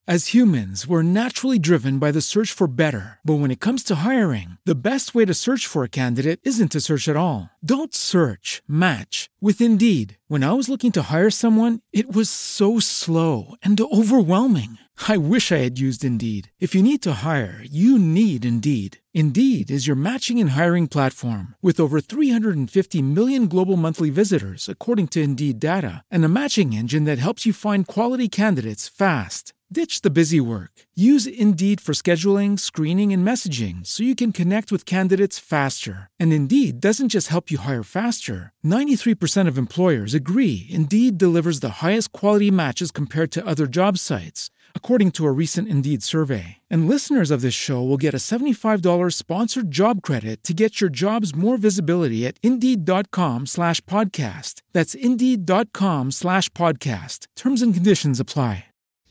As humans, we're naturally driven by the search for better. But when it comes to hiring, the best way to search for a candidate isn't to search at all. Don't search, match with Indeed. When I was looking to hire someone, it was so slow and overwhelming. I wish I had used Indeed. If you need to hire, you need Indeed. Indeed is your matching and hiring platform with over 350 million global monthly visitors, according to Indeed data, and a matching engine that helps you find quality candidates fast. Ditch the busy work. Use Indeed for scheduling, screening, and messaging so you can connect with candidates faster. And Indeed doesn't just help you hire faster. 93% of employers agree Indeed delivers the highest quality matches compared to other job sites, according to a recent Indeed survey. And listeners of this show will get a $75 sponsored job credit to get your jobs more visibility at Indeed.com/podcast. That's Indeed.com/podcast. Terms and conditions apply.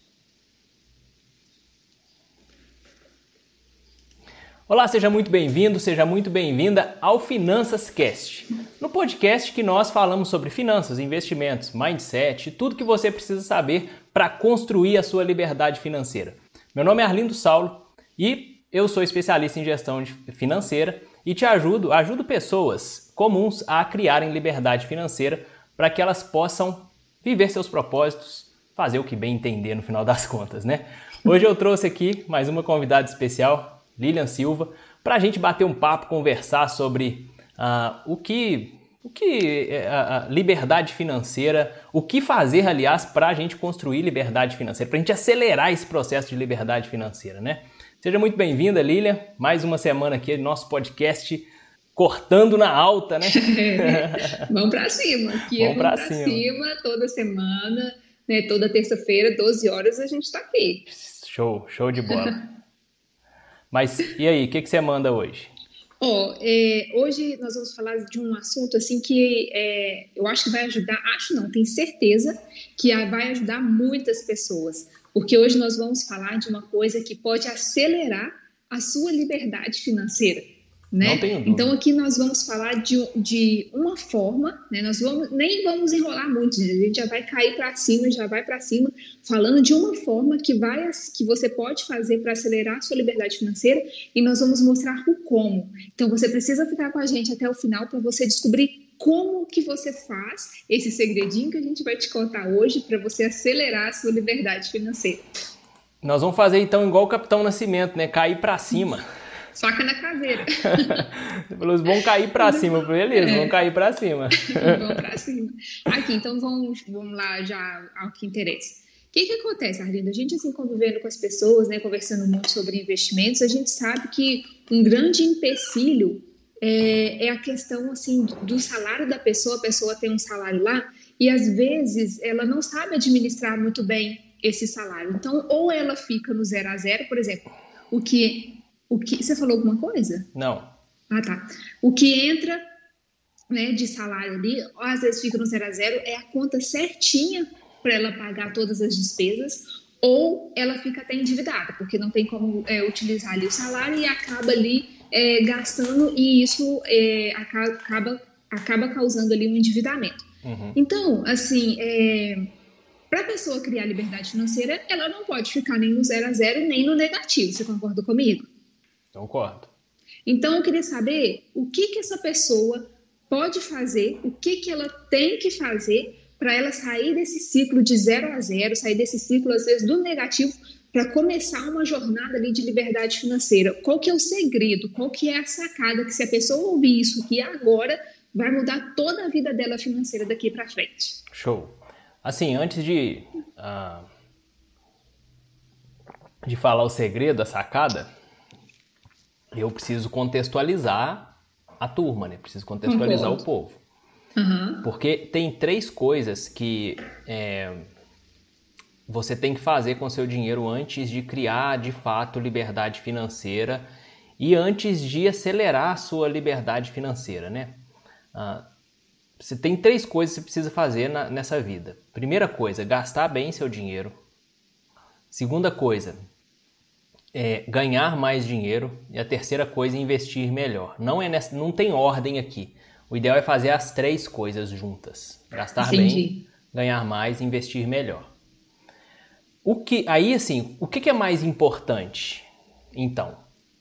Olá, seja muito bem-vindo, seja muito bem-vinda ao Finanças Cast. No podcast que nós falamos sobre finanças, investimentos, mindset e tudo que você precisa saber para construir a sua liberdade financeira. Meu nome é Arlindo Saulo e eu sou especialista em gestão financeira e ajudo pessoas comuns a criarem liberdade financeira para que elas possam viver seus propósitos, fazer o que bem entender no final das contas, né? Hoje eu trouxe aqui mais uma convidada especial, Lilian Silva, para a gente bater um papo, conversar sobre o que é liberdade financeira, o que fazer, aliás, para a gente construir liberdade financeira, para a gente acelerar esse processo de liberdade financeira, né? Seja muito bem-vinda, Lilian. Mais uma semana aqui no nosso podcast Cortando na Alta, né? Vamos para cima. Vamos para cima toda semana, né? Toda terça-feira, 12 horas, a gente está aqui. Show de bola. Mas e aí, o que você manda hoje? Hoje nós vamos falar de um assunto assim que eu acho que vai ajudar, tenho certeza que vai ajudar muitas pessoas, porque hoje nós vamos falar de uma coisa que pode acelerar a sua liberdade financeira, né? Não tenho dúvida. Então aqui nós vamos falar de uma forma, né? Nem vamos enrolar muito, a gente já vai cair para cima, falando de uma forma que você pode fazer para acelerar a sua liberdade financeira, e nós vamos mostrar o como. Então você precisa ficar com a gente até o final para você descobrir como que você faz esse segredinho que a gente vai te contar hoje para você acelerar a sua liberdade financeira. Nós vamos fazer então igual o Capitão Nascimento, né? Cair para cima. Faca na caveira. Eles vão cair pra cima, beleza, vão cair pra cima. Vão pra cima. Aqui, então vamos lá já ao que interessa. O que acontece, Arlindo? A gente, assim, convivendo com as pessoas, né, conversando muito sobre investimentos, a gente sabe que um grande empecilho é a questão, assim, do salário da pessoa. A pessoa tem um salário lá e, às vezes, ela não sabe administrar muito bem esse salário. Então, ou ela fica no 0 a 0, por exemplo, o que você falou alguma coisa? Não. Ah, tá. O que entra, né, de salário ali, ou às vezes fica no 0 a 0, é a conta certinha para ela pagar todas as despesas, ou ela fica até endividada, porque não tem como utilizar ali o salário e acaba ali gastando, e isso acaba causando ali um endividamento. Uhum. Então, assim, para a pessoa criar liberdade financeira, ela não pode ficar nem no 0 a 0 nem no negativo. Você concorda comigo? Concordo. Então, eu queria saber o que essa pessoa pode fazer, o que ela tem que fazer para ela sair desse ciclo de 0 a 0, sair desse ciclo, às vezes, do negativo, para começar uma jornada ali de liberdade financeira. Qual que é o segredo? Qual que é a sacada que, se a pessoa ouvir isso aqui agora, vai mudar toda a vida dela financeira daqui para frente? Show. Assim, antes de falar o segredo, a sacada, eu preciso contextualizar a turma, né? Preciso contextualizar o povo. Uhum. Porque tem 3 coisas que você tem que fazer com seu dinheiro antes de criar, de fato, liberdade financeira e antes de acelerar a sua liberdade financeira, né? Você tem 3 coisas que você precisa fazer nessa vida. Primeira coisa, gastar bem seu dinheiro. Segunda coisa, ganhar mais dinheiro. E a terceira coisa, investir melhor. Não tem ordem aqui. O ideal é fazer as 3 coisas juntas. Gastar bem, ganhar mais e investir melhor. O que é mais importante? Então,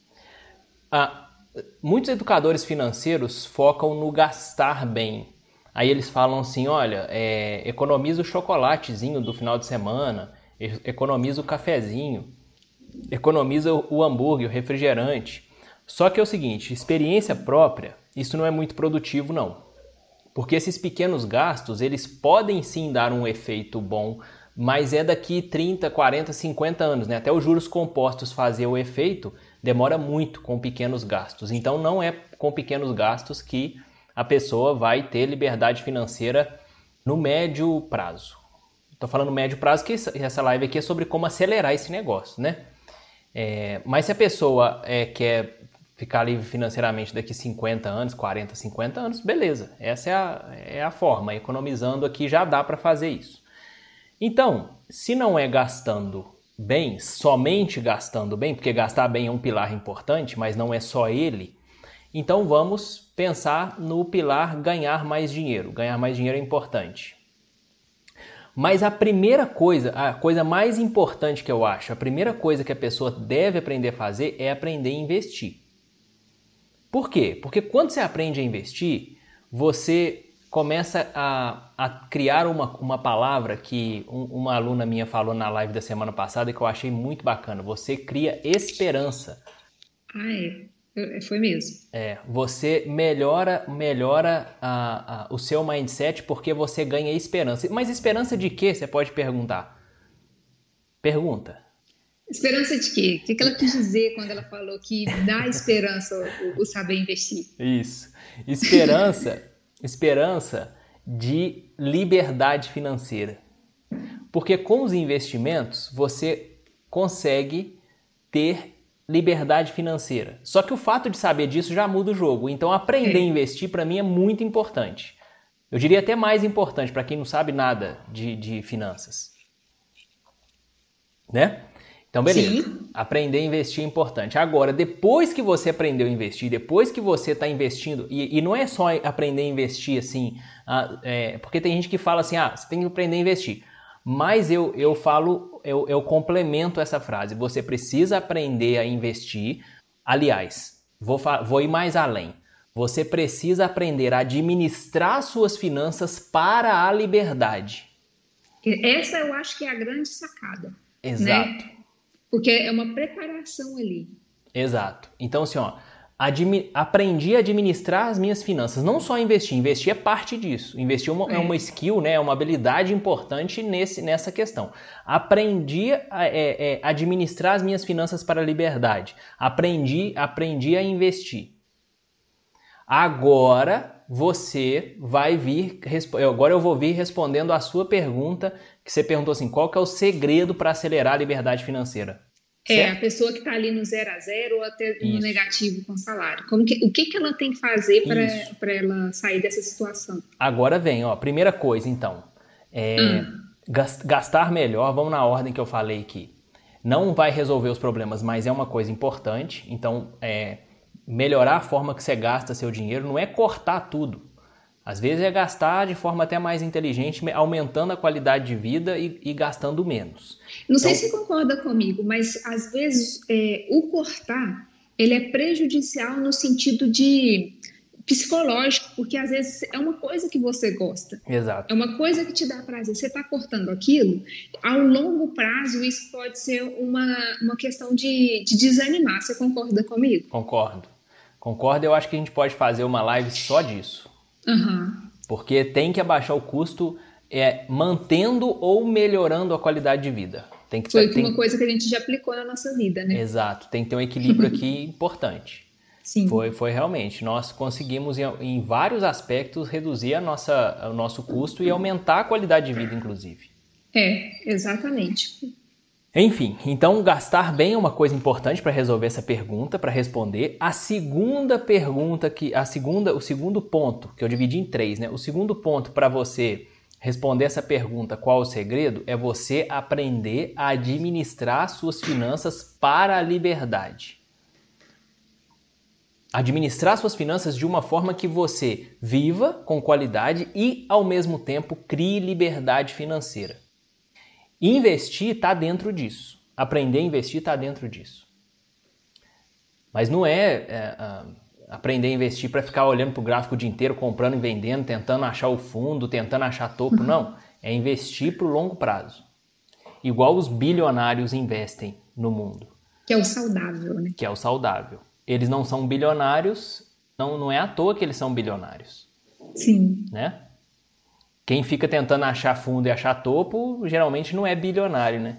muitos educadores financeiros focam no gastar bem. Aí eles falam assim, olha, economiza o chocolatezinho do final de semana, economiza o cafezinho, economiza o hambúrguer, o refrigerante. Só que é o seguinte, experiência própria, isso não é muito produtivo não. Porque esses pequenos gastos, eles podem sim dar um efeito bom, mas é daqui 30, 40, 50 anos, né? Até os juros compostos fazer o efeito, demora muito com pequenos gastos. Então não é com pequenos gastos que a pessoa vai ter liberdade financeira no médio prazo. Estou falando médio prazo, que essa live aqui é sobre como acelerar esse negócio, né? Mas se a pessoa quer ficar livre financeiramente daqui 50 anos, 40, 50 anos, beleza. Essa é a forma. Economizando aqui já dá para fazer isso. Então, se não é gastando bem, somente gastando bem, porque gastar bem é um pilar importante, mas não é só ele, então vamos pensar no pilar ganhar mais dinheiro. Ganhar mais dinheiro é importante. Mas a coisa mais importante que eu acho, a primeira coisa que a pessoa deve aprender a fazer é aprender a investir. Por quê? Porque quando você aprende a investir, você começa a criar uma palavra que uma aluna minha falou na live da semana passada que eu achei muito bacana. Você cria esperança. Foi mesmo. Você melhora o seu mindset porque você ganha esperança. Mas esperança de quê? Você pode perguntar. Pergunta. Esperança de quê? O que ela quis dizer quando ela falou que dá esperança o saber investir? Isso. Esperança de liberdade financeira. Porque com os investimentos você consegue ter liberdade financeira. Só que o fato de saber disso já muda o jogo. Então aprender a investir para mim é muito importante. Eu diria até mais importante para quem não sabe nada de finanças. Né? Então beleza, sim. Aprender a investir é importante. Agora, depois que você aprendeu a investir, depois que você está investindo, e não é só aprender a investir assim, porque tem gente que fala assim, você tem que aprender a investir. Mas eu complemento essa frase. Você precisa aprender a investir. Aliás, vou ir mais além. Você precisa aprender a administrar suas finanças para a liberdade. Essa eu acho que é a grande sacada. Exato. Né? Porque é uma preparação ali. Exato. Então, assim, aprendi a administrar as minhas finanças. Não só investir. Investir é parte disso. Investir é uma skill, né? É uma habilidade importante nessa questão. Aprendi a administrar as minhas finanças para a liberdade. Aprendi a investir. Agora você vai vir... Agora eu vou vir respondendo a sua pergunta, que você perguntou assim, qual que é o segredo para acelerar a liberdade financeira? A pessoa que está ali no 0 a 0 ou até no negativo com salário. O que ela tem que fazer para ela sair dessa situação? Agora vem, primeira coisa então, gastar melhor, vamos na ordem que eu falei aqui. Não vai resolver os problemas, mas é uma coisa importante. Então, melhorar a forma que você gasta seu dinheiro não é cortar tudo. Às vezes é gastar de forma até mais inteligente, aumentando a qualidade de vida e gastando menos. Não sei se você concorda comigo, mas às vezes o cortar ele é prejudicial no sentido de psicológico, porque às vezes é uma coisa que você gosta. Exato. É uma coisa que te dá prazer. Você está cortando aquilo, ao longo prazo isso pode ser uma questão de desanimar. Você concorda comigo? Concordo, eu acho que a gente pode fazer uma live só disso. Uhum. Porque tem que abaixar o custo mantendo ou melhorando a qualidade de vida. Foi uma coisa que a gente já aplicou na nossa vida, né? Exato, tem que ter um equilíbrio aqui importante. Sim. Foi realmente. Nós conseguimos, em vários aspectos, reduzir o nosso custo e aumentar a qualidade de vida, inclusive. Exatamente. Enfim, então gastar bem é uma coisa importante para resolver essa pergunta, para responder. A segunda pergunta, o segundo ponto, que eu dividi em 3, né? O segundo ponto para você responder essa pergunta, qual o segredo, é você aprender a administrar suas finanças para a liberdade. Administrar suas finanças de uma forma que você viva com qualidade e, ao mesmo tempo, crie liberdade financeira. Investir está dentro disso. Aprender a investir está dentro disso. Mas não aprender a investir para ficar olhando para o gráfico o dia inteiro, comprando e vendendo, tentando achar o fundo, tentando achar topo. Não. É investir para o longo prazo. Igual os bilionários investem no mundo. Que é o saudável, né? Que é o saudável. Eles não são bilionários, não é à toa que eles são bilionários. Sim. Né? Quem fica tentando achar fundo e achar topo, geralmente não é bilionário, né?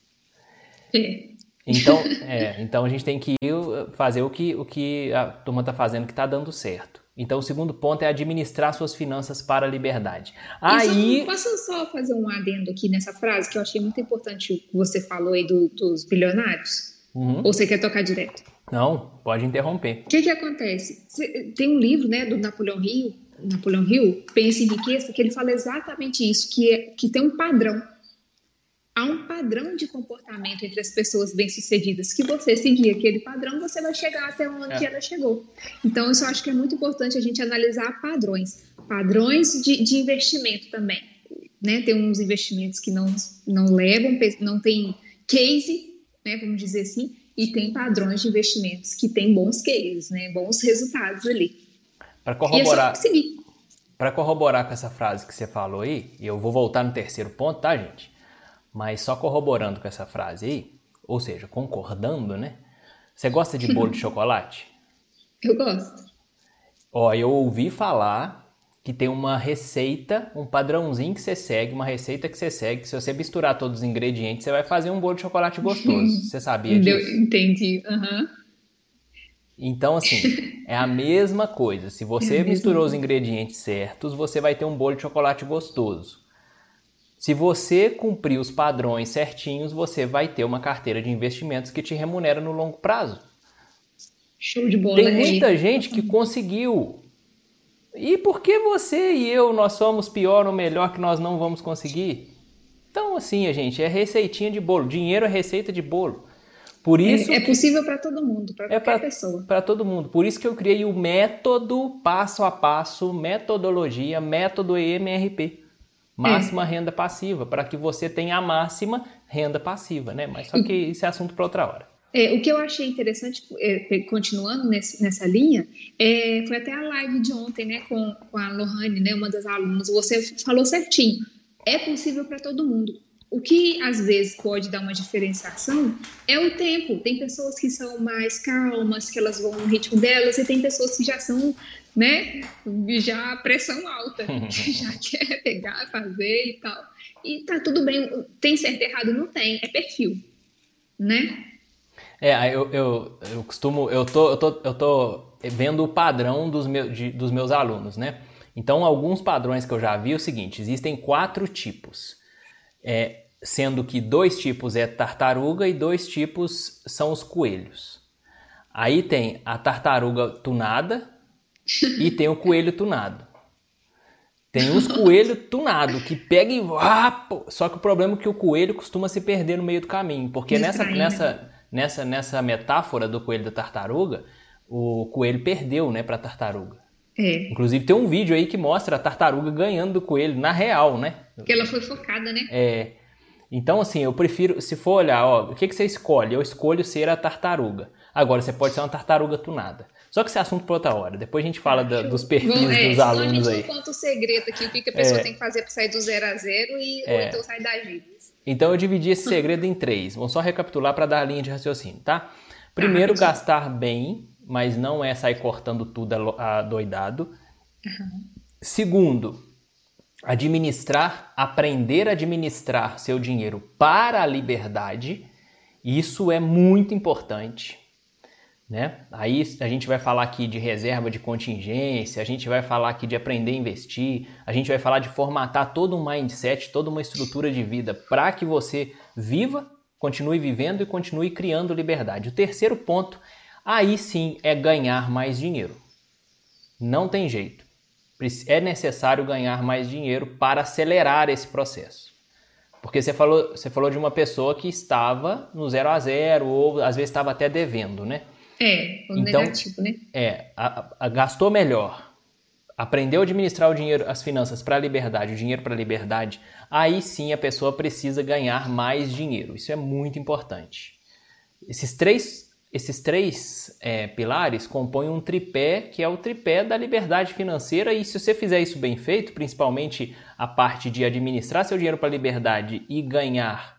Então a gente tem que fazer o que a turma está fazendo que está dando certo. Então o segundo ponto é administrar suas finanças para a liberdade. Posso só fazer um adendo aqui nessa frase que eu achei muito importante o que você falou aí dos bilionários? Ou você quer tocar direto? Não, pode interromper. O que acontece? Tem um livro, né, do Napoleão Hill, Pense em Riqueza, que ele fala exatamente isso, que tem um padrão. Há um padrão de comportamento entre as pessoas bem-sucedidas, que você seguir aquele padrão, você vai chegar até onde ela chegou. Então, isso eu acho que é muito importante a gente analisar padrões de investimento também. Né? Tem uns investimentos que não levam, não tem case, né, vamos dizer assim, e tem padrões de investimentos que têm bons cases, né, bons resultados ali. Para corroborar com essa frase que você falou aí, e eu vou voltar no terceiro ponto, tá, gente? Mas só corroborando com essa frase aí, ou seja, concordando, né? Você gosta de bolo de chocolate? Eu gosto. Eu ouvi falar que tem uma receita, um padrãozinho que você segue, uma receita que você segue, que se você misturar todos os ingredientes, você vai fazer um bolo de chocolate gostoso. Você sabia disso? Entendi. Então, assim, é a mesma coisa. Se você misturou os ingredientes certos, você vai ter um bolo de chocolate gostoso. Se você cumprir os padrões certinhos, você vai ter uma carteira de investimentos que te remunera no longo prazo. Show de bola. Tem muita gente que conseguiu. E por que você e eu, nós somos pior ou melhor que nós não vamos conseguir? Então, assim, gente, é receitinha de bolo. Dinheiro é receita de bolo. Por isso é possível para todo mundo, para qualquer pessoa. Para todo mundo. Por isso que eu criei o método passo a passo, metodologia, método EMRP. Máxima renda passiva, para que você tenha a máxima renda passiva, né? Mas só que isso é assunto para outra hora. O que eu achei interessante, continuando nessa linha, foi até a live de ontem, né, com a Lohane, né, uma das alunas. Você falou certinho. É possível para todo mundo. O que às vezes pode dar uma diferenciação é o tempo. Tem pessoas que são mais calmas, que elas vão no ritmo delas, e tem pessoas que já são, né, já pressão alta, que já quer pegar, fazer e tal. E tá tudo bem. Tem certo e errado? Não tem. É perfil, né? Eu tô vendo o padrão dos meus alunos, né? Então, alguns padrões que eu já vi é o seguinte: existem 4 tipos. Sendo que 2 tipos é tartaruga e 2 tipos são os coelhos. Aí tem a tartaruga tunada e tem o coelho tunado. Tem os coelhos tunados que pega e... Só que o problema é que o coelho costuma se perder no meio do caminho. Porque nessa metáfora do coelho e da tartaruga, o coelho perdeu, né, pra tartaruga. Inclusive tem um vídeo aí que mostra a tartaruga ganhando do coelho, na real, né? Porque ela foi focada, né? Então, assim, eu prefiro, se for olhar, o que você escolhe? Eu escolho ser a tartaruga. Agora, você pode ser uma tartaruga tunada. Só que esse é assunto para outra hora. Depois a gente fala dos perfis dos alunos aí. A gente não conta o segredo aqui, o que a pessoa tem que fazer para sair do 0 a 0 ou então sair das dívidas. Então, eu dividi esse segredo em 3. Vamos só recapitular para dar a linha de raciocínio, tá? Primeiro, gastar bem, mas não é sair cortando tudo adoidado. Segundo, aprender a administrar seu dinheiro para a liberdade. Isso é muito importante, né? Aí a gente vai falar aqui de reserva de contingência, a gente vai falar aqui de aprender a investir, a gente vai falar de formatar todo um mindset, toda uma estrutura de vida para que você viva, continue vivendo e continue criando liberdade. O terceiro ponto, aí sim, é ganhar mais dinheiro. Não tem jeito. É necessário ganhar mais dinheiro para acelerar esse processo. Porque você falou de uma pessoa que estava no 0 a 0 ou às vezes estava até devendo, né? Então, negativo, né? Gastou melhor. aprendeu a administrar o dinheiro, as finanças para a liberdade, o dinheiro para a liberdade, aí sim a pessoa precisa ganhar mais dinheiro. Isso é muito importante. Esses três pilares compõem um tripé, que é o tripé da liberdade financeira, e se você fizer isso bem feito, principalmente a parte de administrar seu dinheiro para a liberdade e ganhar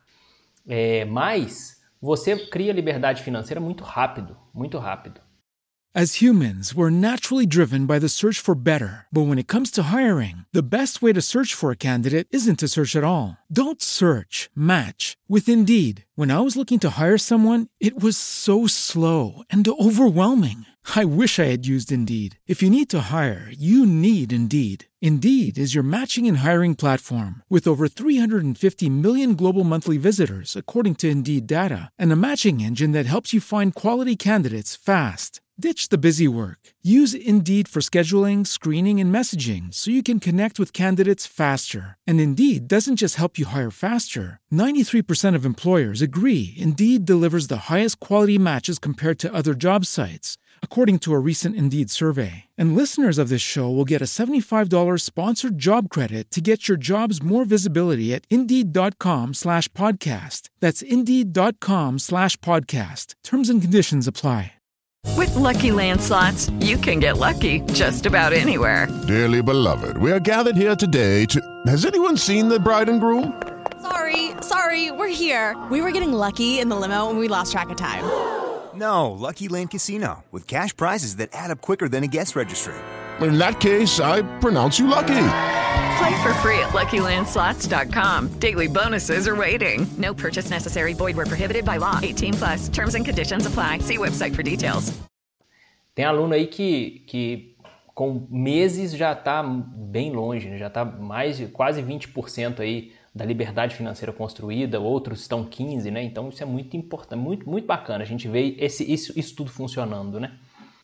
mais, você cria liberdade financeira muito rápido, muito rápido. As humans, we're naturally driven by the search for better. But when it comes to hiring, the best way to search for a candidate isn't to search at all. Don't search, match with Indeed. When I was looking to hire someone, it was so slow and overwhelming. I wish I had used Indeed. If you need to hire, you need Indeed. Indeed is your matching and hiring platform with over 350 million global monthly visitors, according to Indeed data, and a matching engine that helps you find quality candidates fast. Ditch the busy work. Use Indeed for scheduling, screening, and messaging so you can connect with candidates faster. And Indeed doesn't just help you hire faster. 93% of employers agree Indeed delivers the highest quality matches compared to other job sites, according to a recent Indeed survey. And listeners of this show will get a $75 sponsored job credit to get your jobs more visibility at Indeed.com/podcast. That's Indeed.com/podcast. Terms and conditions apply. With Lucky Land Slots, you can get lucky just about anywhere. Dearly beloved, we are gathered here today to... Has anyone seen the bride and groom? Sorry, we're here. We were getting lucky in the limo and we lost track of time. No, Lucky Land Casino, with cash prizes that add up quicker than a guest registry. In that case, I pronounce you lucky. Play for free at LuckyLandSlots.com. Daily bonuses are waiting. No purchase necessary. Void where prohibited by law. 18+. Terms and conditions apply. See website for details. Tem aluno aí que com meses já está bem longe, né? Já está mais de quase 20% aí da liberdade financeira construída, outros estão 15%, né? Então isso é muito importante, muito bacana a gente ver isso tudo funcionando, né?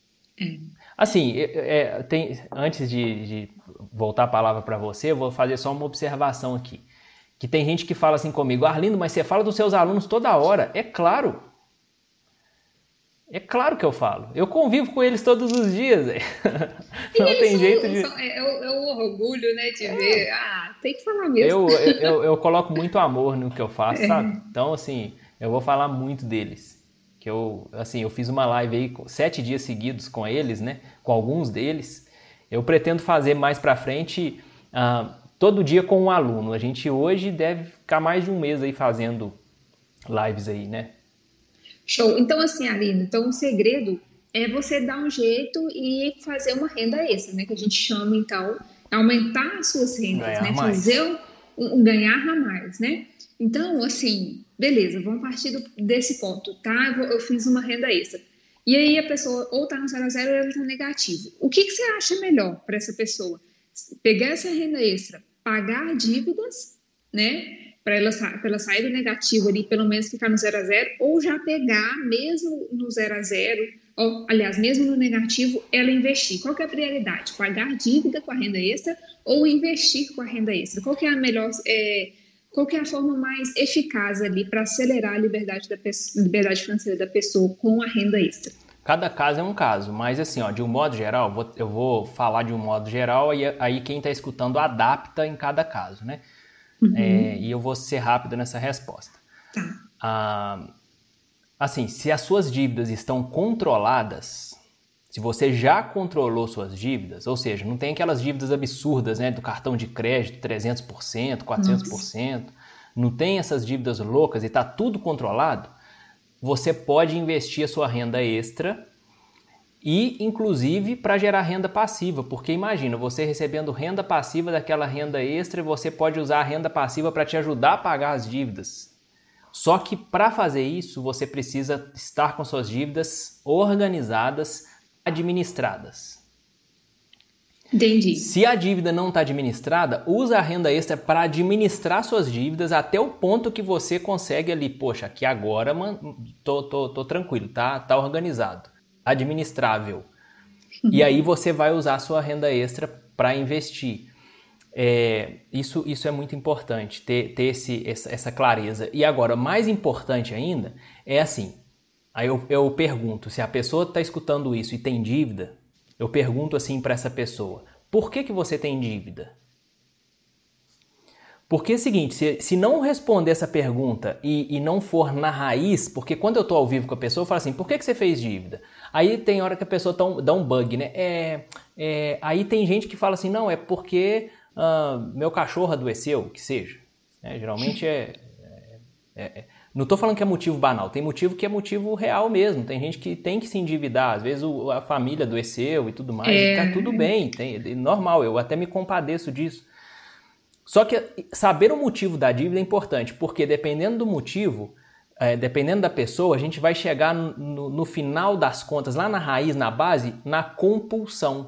Assim, antes de voltar a palavra para você, eu vou fazer só uma observação aqui. Que tem gente que fala assim comigo: Arlindo, mas você fala dos seus alunos toda hora. É claro que eu falo. Eu convivo com eles todos os dias. Não tem jeito de... É o orgulho, né, de ver. Tem que falar mesmo. Eu coloco muito amor no que eu faço, sabe? Então, assim, eu vou falar muito deles. Que eu fiz uma live aí 7 dias seguidos com eles, né? Com alguns deles. Eu pretendo fazer mais pra frente, todo dia com um aluno. A gente hoje deve ficar mais de um mês aí fazendo lives aí, né? Show. Então, assim, Arlindo, o segredo é você dar um jeito e fazer uma renda extra, né? Que a gente chama, então, aumentar as suas rendas, ganhar né? Mais. Fazer ganhar a mais, né? Então, assim, beleza, vamos partir desse ponto, tá? Eu fiz uma renda extra. E aí a pessoa ou tá no 0 a 0 ou ela tá negativo. O que você acha melhor para essa pessoa? Pegar essa renda extra, pagar dívidas, né? Para ela sair do negativo ali, pelo menos ficar no 0 a 0, ou já pegar, mesmo no 0 a 0, ou, aliás, mesmo no negativo, ela investir. Qual que é a prioridade? Pagar dívida com a renda extra ou investir com a renda extra? Qual que é a melhor... Qual que é a forma mais eficaz ali para acelerar a liberdade financeira da pessoa com a renda extra? Cada caso é um caso, mas assim, de um modo geral, eu vou falar de um modo geral e aí quem está escutando adapta em cada caso, né? E eu vou ser rápido nessa resposta. Tá. Assim, se as suas dívidas estão controladas, se você já controlou suas dívidas, ou seja, não tem aquelas dívidas absurdas, né, do cartão de crédito, 300%, 400%, não tem essas dívidas loucas e está tudo controlado, você pode investir a sua renda extra e, inclusive, para gerar renda passiva, porque imagina, você recebendo renda passiva daquela renda extra, você pode usar a renda passiva para te ajudar a pagar as dívidas. Só que para fazer isso, você precisa estar com suas dívidas organizadas, administradas. Entendi. Se a dívida não está administrada, usa a renda extra para administrar suas dívidas até o ponto que você consegue ali, poxa, aqui agora tô tranquilo, tá organizado, administrável. E aí você vai usar a sua renda extra para investir. Isso é muito importante, ter essa clareza. E agora, mais importante ainda, é assim, aí eu pergunto, se a pessoa está escutando isso e tem dívida, eu pergunto assim para essa pessoa, por que você tem dívida? Porque é o seguinte, se não responder essa pergunta e não for na raiz, porque quando eu estou ao vivo com a pessoa, eu falo assim, por que você fez dívida? Aí tem hora que a pessoa dá um bug, né? Aí tem gente que fala assim, não, é porque meu cachorro adoeceu, que seja. Geralmente não estou falando que é motivo banal, tem motivo que é motivo real mesmo. Tem gente que tem que se endividar, às vezes a família adoeceu e tudo mais, e tá tudo bem, é normal, eu até me compadeço disso. Só que saber o motivo da dívida é importante, porque dependendo do motivo, dependendo da pessoa, a gente vai chegar no final das contas, lá na raiz, na base, na compulsão.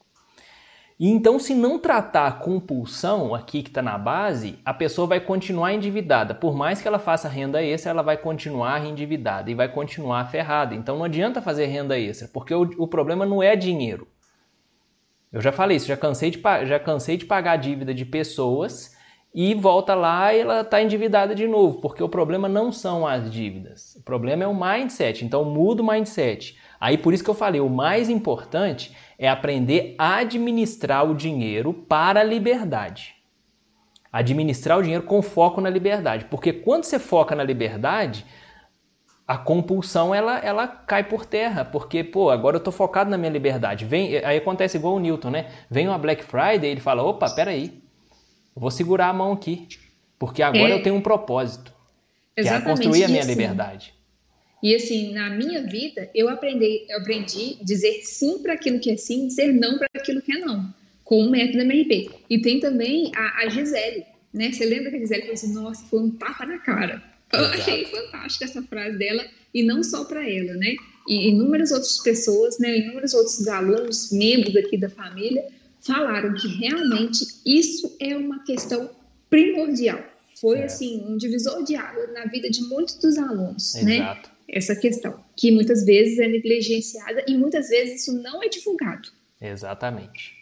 E então, se não tratar a compulsão aqui que está na base, a pessoa vai continuar endividada. Por mais que ela faça renda extra, ela vai continuar endividada e vai continuar ferrada. Então não adianta fazer renda extra, porque o problema não é dinheiro. Eu já falei isso, já cansei de pagar dívida de pessoas e volta lá e ela está endividada de novo, porque o problema não são as dívidas, o problema é o mindset, então muda o mindset. Aí por isso que eu falei, o mais importante é aprender a administrar o dinheiro para a liberdade. Administrar o dinheiro com foco na liberdade, porque quando você foca na liberdade, a compulsão ela cai por terra, porque agora eu tô focado na minha liberdade. Aí acontece igual o Newton, né? Vem uma Black Friday, ele fala, opa, peraí, eu vou segurar a mão aqui, porque agora eu tenho um propósito, que é construir a minha liberdade. E assim, na minha vida, eu aprendi a dizer sim para aquilo que é sim, dizer não para aquilo que é não, com o método MRP. E tem também a Gisele, né? Você lembra que a Gisele falou assim, nossa, foi um tapa na cara. Eu achei fantástica essa frase dela, e não só para ela, né? E inúmeras outras pessoas, né? Inúmeros outros alunos, membros aqui da família, falaram que realmente isso é uma questão primordial. Foi, assim, um divisor de água na vida de muitos dos alunos, né? Essa questão, que muitas vezes é negligenciada e muitas vezes isso não é divulgado. Exatamente.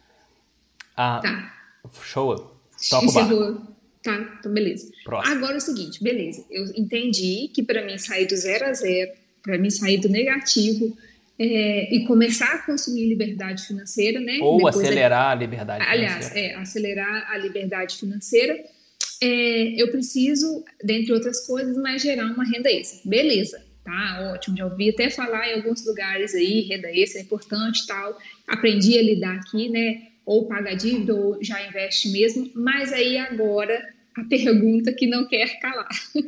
Tá. Show. Toca o barco. Tá, então beleza. Próximo. Agora é o seguinte, beleza, eu entendi que para mim sair do 0 a 0, para mim sair do negativo e começar a consumir liberdade financeira, né? Ou depois acelerar a liberdade financeira. Aliás, acelerar a liberdade financeira, eu preciso, dentre outras coisas, mais gerar uma renda extra. Beleza, tá, ótimo, já ouvi até falar em alguns lugares aí, renda extra é importante e tal, aprendi a lidar aqui, né? Ou paga dívida ou já investe mesmo, mas aí agora a pergunta que não quer calar.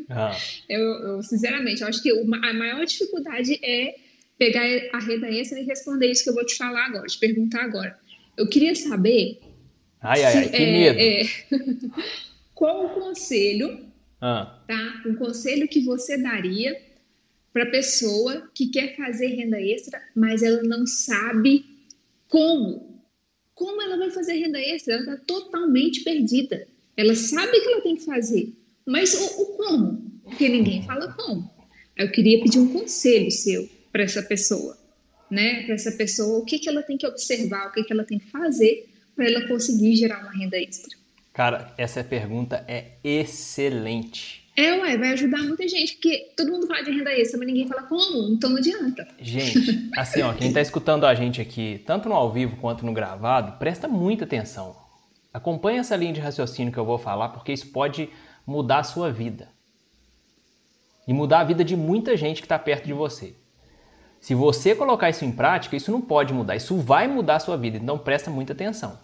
Eu sinceramente, eu acho que a maior dificuldade é pegar a renda extra e responder isso que eu vou te falar agora, te perguntar agora. Eu queria saber... que medo! Qual o conselho, tá? Um conselho que você daria para a pessoa que quer fazer renda extra, mas ela não sabe como. Como ela vai fazer renda extra? Ela está totalmente perdida. Ela sabe que ela tem que fazer, mas o como? Porque ninguém fala como. Eu queria pedir um conselho seu para essa pessoa, né? Para essa pessoa, o que ela tem que observar, o que ela tem que fazer para ela conseguir gerar uma renda extra. Cara, essa pergunta é excelente. Vai ajudar muita gente, porque todo mundo fala de renda extra, mas ninguém fala como, então não adianta. Gente, assim, quem tá escutando a gente aqui, tanto no ao vivo quanto no gravado, presta muita atenção. Acompanha essa linha de raciocínio que eu vou falar, porque isso pode mudar a sua vida. E mudar a vida de muita gente que tá perto de você. Se você colocar isso em prática, isso não pode mudar, isso vai mudar a sua vida, então presta muita atenção.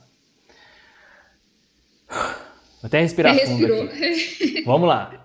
Vou até respirar fundo aqui. Vamos lá.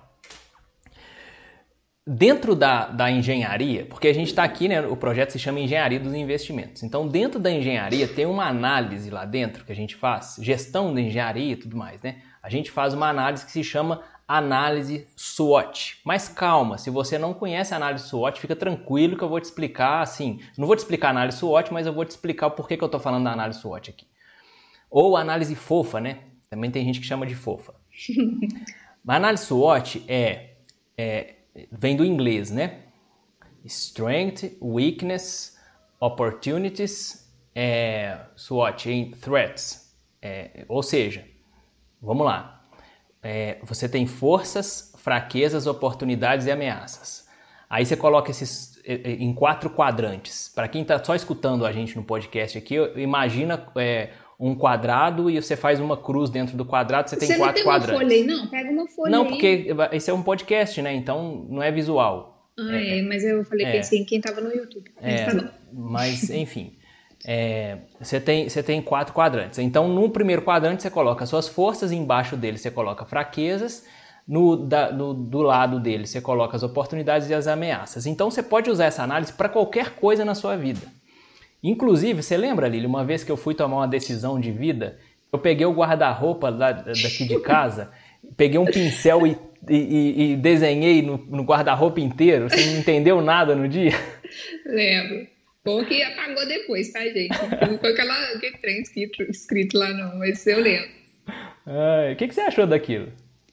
Dentro da engenharia, porque a gente está aqui, né? O projeto se chama Engenharia dos Investimentos. Então, dentro da engenharia tem uma análise lá dentro que a gente faz, gestão da engenharia e tudo mais, né? A gente faz uma análise que se chama análise SWOT. Mas calma, se você não conhece a análise SWOT, fica tranquilo que eu vou te explicar assim. Não vou te explicar a análise SWOT, mas eu vou te explicar o porquê que eu estou falando da análise SWOT aqui. Ou análise fofa, né? Também tem gente que chama de fofa. A análise SWOT vem do inglês, né? Strength, Weakness, Opportunities, SWOT em Threats. Ou seja, vamos lá. Você tem forças, fraquezas, oportunidades e ameaças. Aí você coloca esses em 4 quadrantes. Para quem está só escutando a gente no podcast aqui, imagina um quadrado e você faz uma cruz dentro do quadrado, você tem 4 quadrantes. Você não tem uma folha aí, não? Pega uma folha não, aí. Porque esse é um podcast, né? Então não é visual. Mas eu falei que assim, quem estava no YouTube. Mas tá bom. Mas, enfim, você tem 4 quadrantes. Então, no primeiro quadrante, você coloca as suas forças, embaixo dele você coloca fraquezas, do lado dele você coloca as oportunidades e as ameaças. Então, você pode usar essa análise para qualquer coisa na sua vida. Inclusive, você lembra, Lili, uma vez que eu fui tomar uma decisão de vida, eu peguei o guarda-roupa daqui de casa, peguei um pincel e desenhei no guarda-roupa inteiro. Você não entendeu nada no dia? Lembro. Bom que apagou depois, tá, gente? Não foi aquele trem escrito lá, não, mas eu lembro. O que você achou daquilo?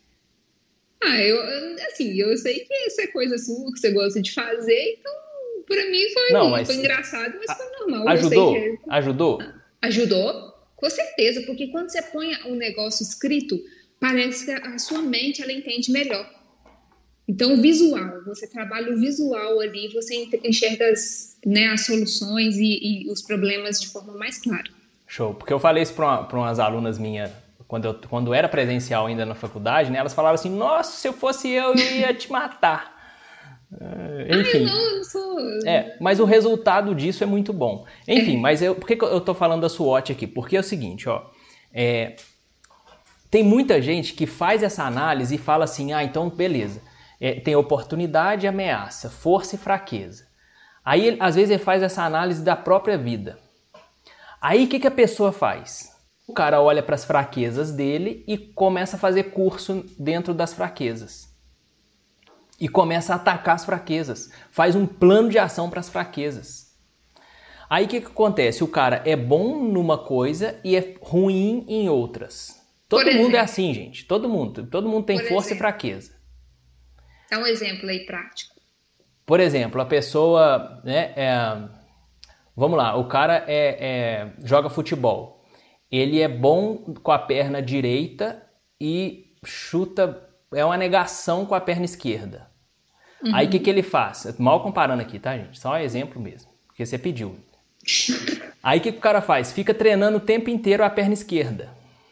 Eu sei que isso é coisa sua, que você gosta de fazer, então pra mim foi engraçado, mas foi normal. Ajudou? Ajudou, com certeza, porque quando você põe um negócio escrito, parece que a sua mente ela entende melhor. Então, o visual, você trabalha o visual ali, você enxerga as soluções e os problemas de forma mais clara. Show, porque eu falei isso para umas alunas minhas, quando era presencial ainda na faculdade, né? Elas falavam assim, nossa, se eu fosse eu ia te matar. Enfim. Eu não sou... mas o resultado disso é muito bom. Enfim, mas por que eu tô falando da SWOT aqui? Porque é o seguinte, tem muita gente que faz essa análise e fala assim, então beleza, tem oportunidade e ameaça, força e fraqueza. Aí, às vezes, ele faz essa análise da própria vida. Aí, o que a pessoa faz? O cara olha para as fraquezas dele e começa a fazer curso dentro das fraquezas. E começa a atacar as fraquezas. Faz um plano de ação para as fraquezas. Aí, o que acontece? O cara é bom numa coisa e é ruim em outras. Todo mundo é assim, gente. Todo mundo tem força e fraqueza. Dá um exemplo aí prático. Por exemplo, a pessoa, vamos lá, o cara joga futebol. Ele é bom com a perna direita e chuta, é uma negação com a perna esquerda. Uhum. Aí o que ele faz? Mal comparando aqui, tá, gente? Só um exemplo mesmo, porque você pediu. Aí o que o cara faz? Fica treinando o tempo inteiro a perna esquerda.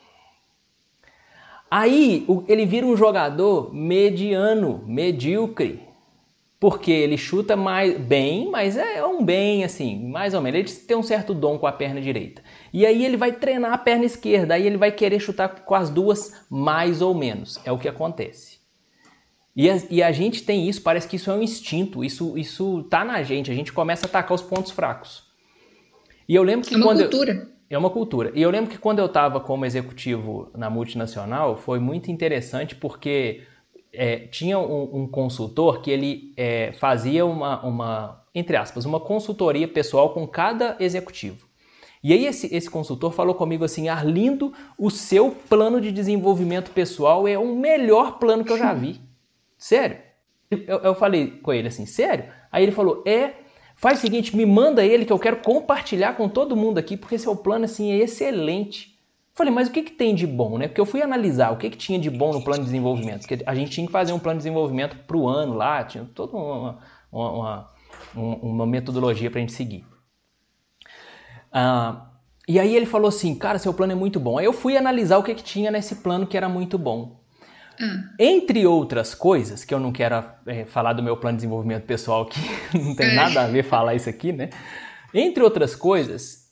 Aí ele vira um jogador mediano, medíocre, porque ele chuta bem, mas é um bem assim, mais ou menos. Ele tem um certo dom com a perna direita. E aí ele vai treinar a perna esquerda, aí ele vai querer chutar com as duas mais ou menos. É o que acontece. E a gente tem isso, parece que isso é um instinto, isso tá na gente, a gente começa a atacar os pontos fracos. E eu lembro que cultura. É uma cultura. E eu lembro que quando eu estava como executivo na multinacional, foi muito interessante porque tinha um consultor que ele fazia entre aspas, uma consultoria pessoal com cada executivo. E aí esse consultor falou comigo assim, Arlindo, o seu plano de desenvolvimento pessoal é o melhor plano que eu já vi. Sério? Eu falei com ele assim, sério? Aí ele falou, faz o seguinte, me manda ele que eu quero compartilhar com todo mundo aqui, porque seu plano assim é excelente. Falei, mas o que tem de bom, né? Porque eu fui analisar o que tinha de bom no plano de desenvolvimento. Porque a gente tinha que fazer um plano de desenvolvimento para o ano lá, tinha toda uma metodologia para a gente seguir. E aí ele falou assim, cara, seu plano é muito bom. Aí eu fui analisar o que tinha nesse plano que era muito bom. Entre outras coisas, que eu não quero falar do meu plano de desenvolvimento pessoal, que não tem nada a ver falar isso aqui, né? Entre outras coisas,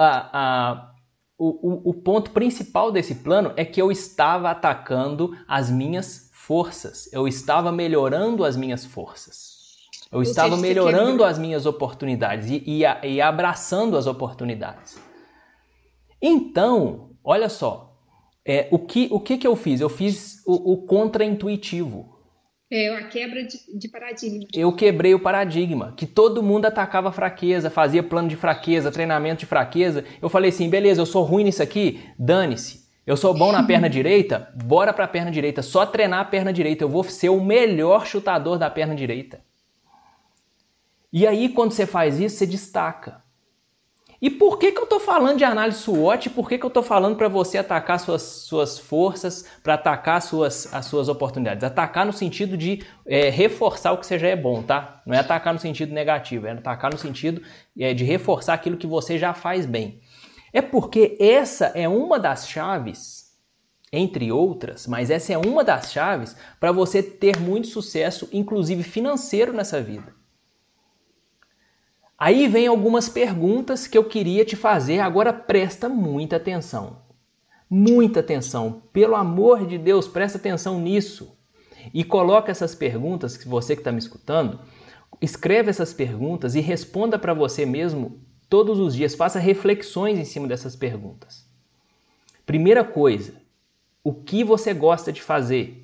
o ponto principal desse plano é que eu estava atacando as minhas forças. Eu estava melhorando as minhas forças. Eu estava melhorando as minhas oportunidades e abraçando as oportunidades. Então, olha só. O que eu fiz? Eu fiz o contra-intuitivo. A quebra de paradigma. Eu quebrei o paradigma, que todo mundo atacava a fraqueza, fazia plano de fraqueza, treinamento de fraqueza. Eu falei assim, beleza, eu sou ruim nisso aqui, dane-se. Eu sou bom na perna direita, bora pra perna direita, só treinar a perna direita. Eu vou ser o melhor chutador da perna direita. E aí, quando você faz isso, você destaca. E por que eu estou falando de análise SWOT? Por que eu estou falando para você atacar suas forças, para atacar as suas oportunidades? Atacar no sentido de reforçar o que você já é bom, tá? Não é atacar no sentido negativo, é atacar no sentido de reforçar aquilo que você já faz bem. É porque essa é uma das chaves, entre outras, mas essa é uma das chaves para você ter muito sucesso, inclusive financeiro, nessa vida. Aí vem algumas perguntas que eu queria te fazer, agora presta muita atenção. Muita atenção, pelo amor de Deus, presta atenção nisso. E coloca essas perguntas, que você que está me escutando, escreve essas perguntas e responda para você mesmo todos os dias, faça reflexões em cima dessas perguntas. Primeira coisa, o que você gosta de fazer?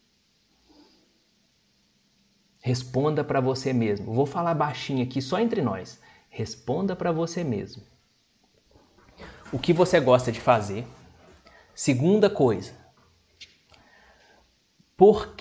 Responda para você mesmo. Vou falar baixinho aqui, só entre nós. Responda para você mesmo. O que você gosta de fazer? Segunda coisa. Por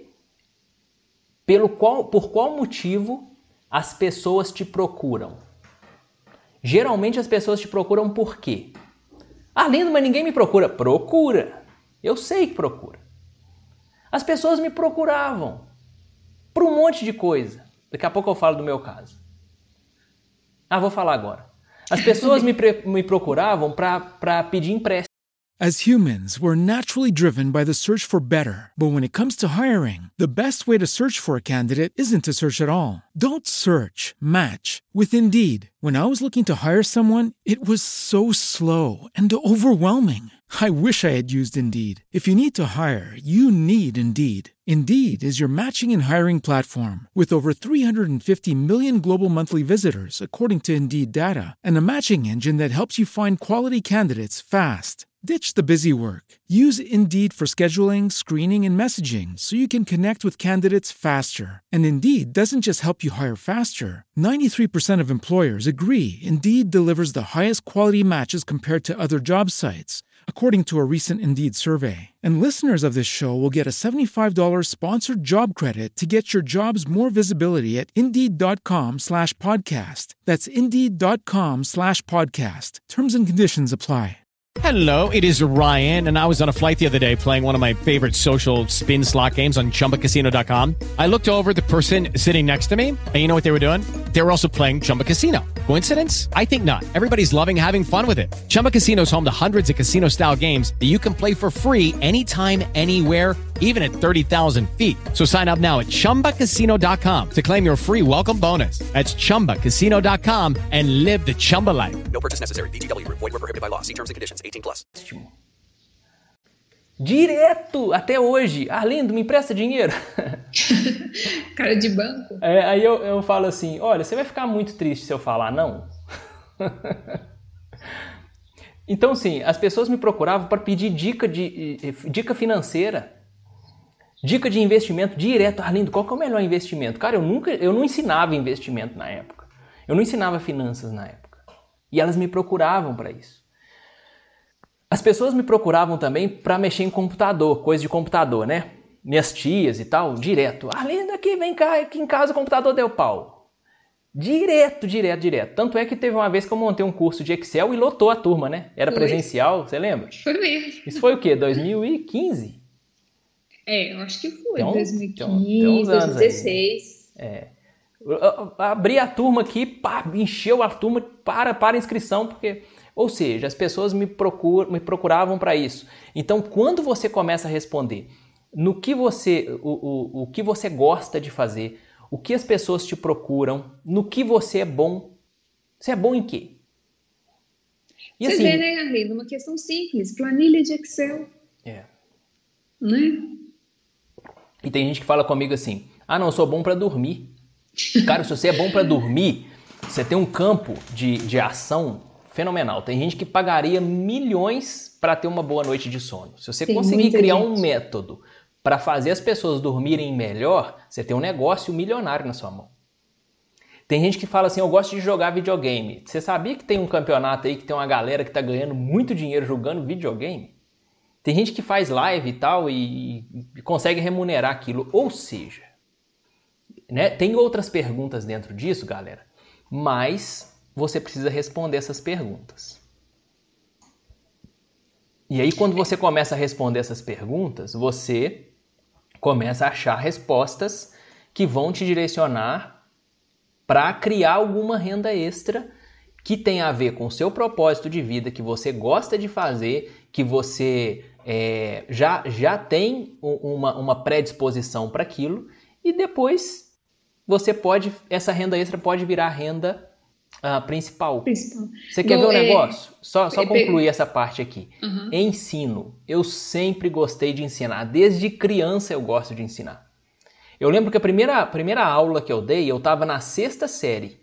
qual motivo as pessoas te procuram? Geralmente as pessoas te procuram por quê? Ah, Lindo, mas ninguém me procura. Procura. Eu sei que procura. As pessoas me procuravam por um monte de coisa. Daqui a pouco eu falo do meu caso. Vou falar agora. As pessoas me procuravam para pedir empréstimo. As humans, we're naturally driven by the search for better. But when it comes to hiring, the best way to search for a candidate isn't to search at all. Don't search, match with Indeed. When I was looking to hire someone, it was so slow and overwhelming. I wish I had used Indeed. If you need to hire, you need Indeed. Indeed is your matching and hiring platform with over 350 million global monthly visitors, according to Indeed data, and a matching engine that helps you find quality candidates fast. Ditch the busy work. Use Indeed for scheduling, screening, and messaging so you can connect with candidates faster. And Indeed doesn't just help you hire faster. 93% of employers agree Indeed delivers the highest quality matches compared to other job sites, according to a recent Indeed survey. And listeners of this show will get a $75 sponsored job credit to get your jobs more visibility at Indeed.com/podcast. That's Indeed.com/podcast. Terms and conditions apply. Hello, it is Ryan, and I was on a flight the other day playing one of my favorite social spin slot games on ChumbaCasino.com. I looked over at the person sitting next to me, and you know what they were doing? They were also playing Chumba Casino. Coincidence? I think not. Everybody's loving having fun with it. Chumba Casino is home to hundreds of casino-style games that you can play for free anytime, anywhere, even at 30,000 feet. So sign up now at ChumbaCasino.com to claim your free welcome bonus. That's ChumbaCasino.com and live the Chumba life. No purchase necessary. VGW. Void where prohibited by law. See terms and conditions. 18+. Direto, até hoje. Lindo, me empresta dinheiro? Cara de banco. Aí eu falo assim, olha, você vai ficar muito triste se eu falar não? Então, sim, as pessoas me procuravam para pedir dica financeira, dica de investimento direto. Lindo, qual que é o melhor investimento? Cara, eu não ensinava investimento na época. Eu não ensinava finanças na época. E elas me procuravam para isso. As pessoas me procuravam também para mexer em computador, coisa de computador, né? Minhas tias e tal, direto. Lindo, aqui, vem cá, aqui em casa o computador deu pau. Direto. Tanto é que teve uma vez que eu montei um curso de Excel e lotou a turma, né? Era presencial, você lembra? Foi mesmo. Isso foi o quê? 2015? Eu acho que foi. Tem 2015, 2016. Abri a turma aqui, encheu a turma para inscrição, porque... Ou seja, as pessoas me procuravam para isso. Então, quando você começa a responder no que o que você gosta de fazer, o que as pessoas te procuram, no que você é bom em quê? E você assim, vê, né, Arlindo? Uma questão simples, planilha de Excel. Né? E tem gente que fala comigo assim, não, eu sou bom para dormir. Cara, se você é bom para dormir, você tem um campo de ação fenomenal. Tem gente que pagaria milhões para ter uma boa noite de sono. Se você conseguir criar um método para fazer as pessoas dormirem melhor, você tem um negócio milionário na sua mão. Tem gente que fala assim, eu gosto de jogar videogame. Você sabia que tem um campeonato aí que tem uma galera que está ganhando muito dinheiro jogando videogame? Tem gente que faz live e tal e consegue remunerar aquilo. Ou seja, né, tem outras perguntas dentro disso, galera, mas você precisa responder essas perguntas. E aí, quando você começa a responder essas perguntas, você começa a achar respostas que vão te direcionar para criar alguma renda extra que tem a ver com o seu propósito de vida, que você gosta de fazer, que você já tem uma predisposição para aquilo, e depois essa renda extra pode virar renda principal. Você quer ver um negócio? Só concluir essa parte aqui. Uhum. Ensino. Eu sempre gostei de ensinar. Desde criança eu gosto de ensinar. Eu lembro que a primeira aula que eu dei, eu estava na 6ª série.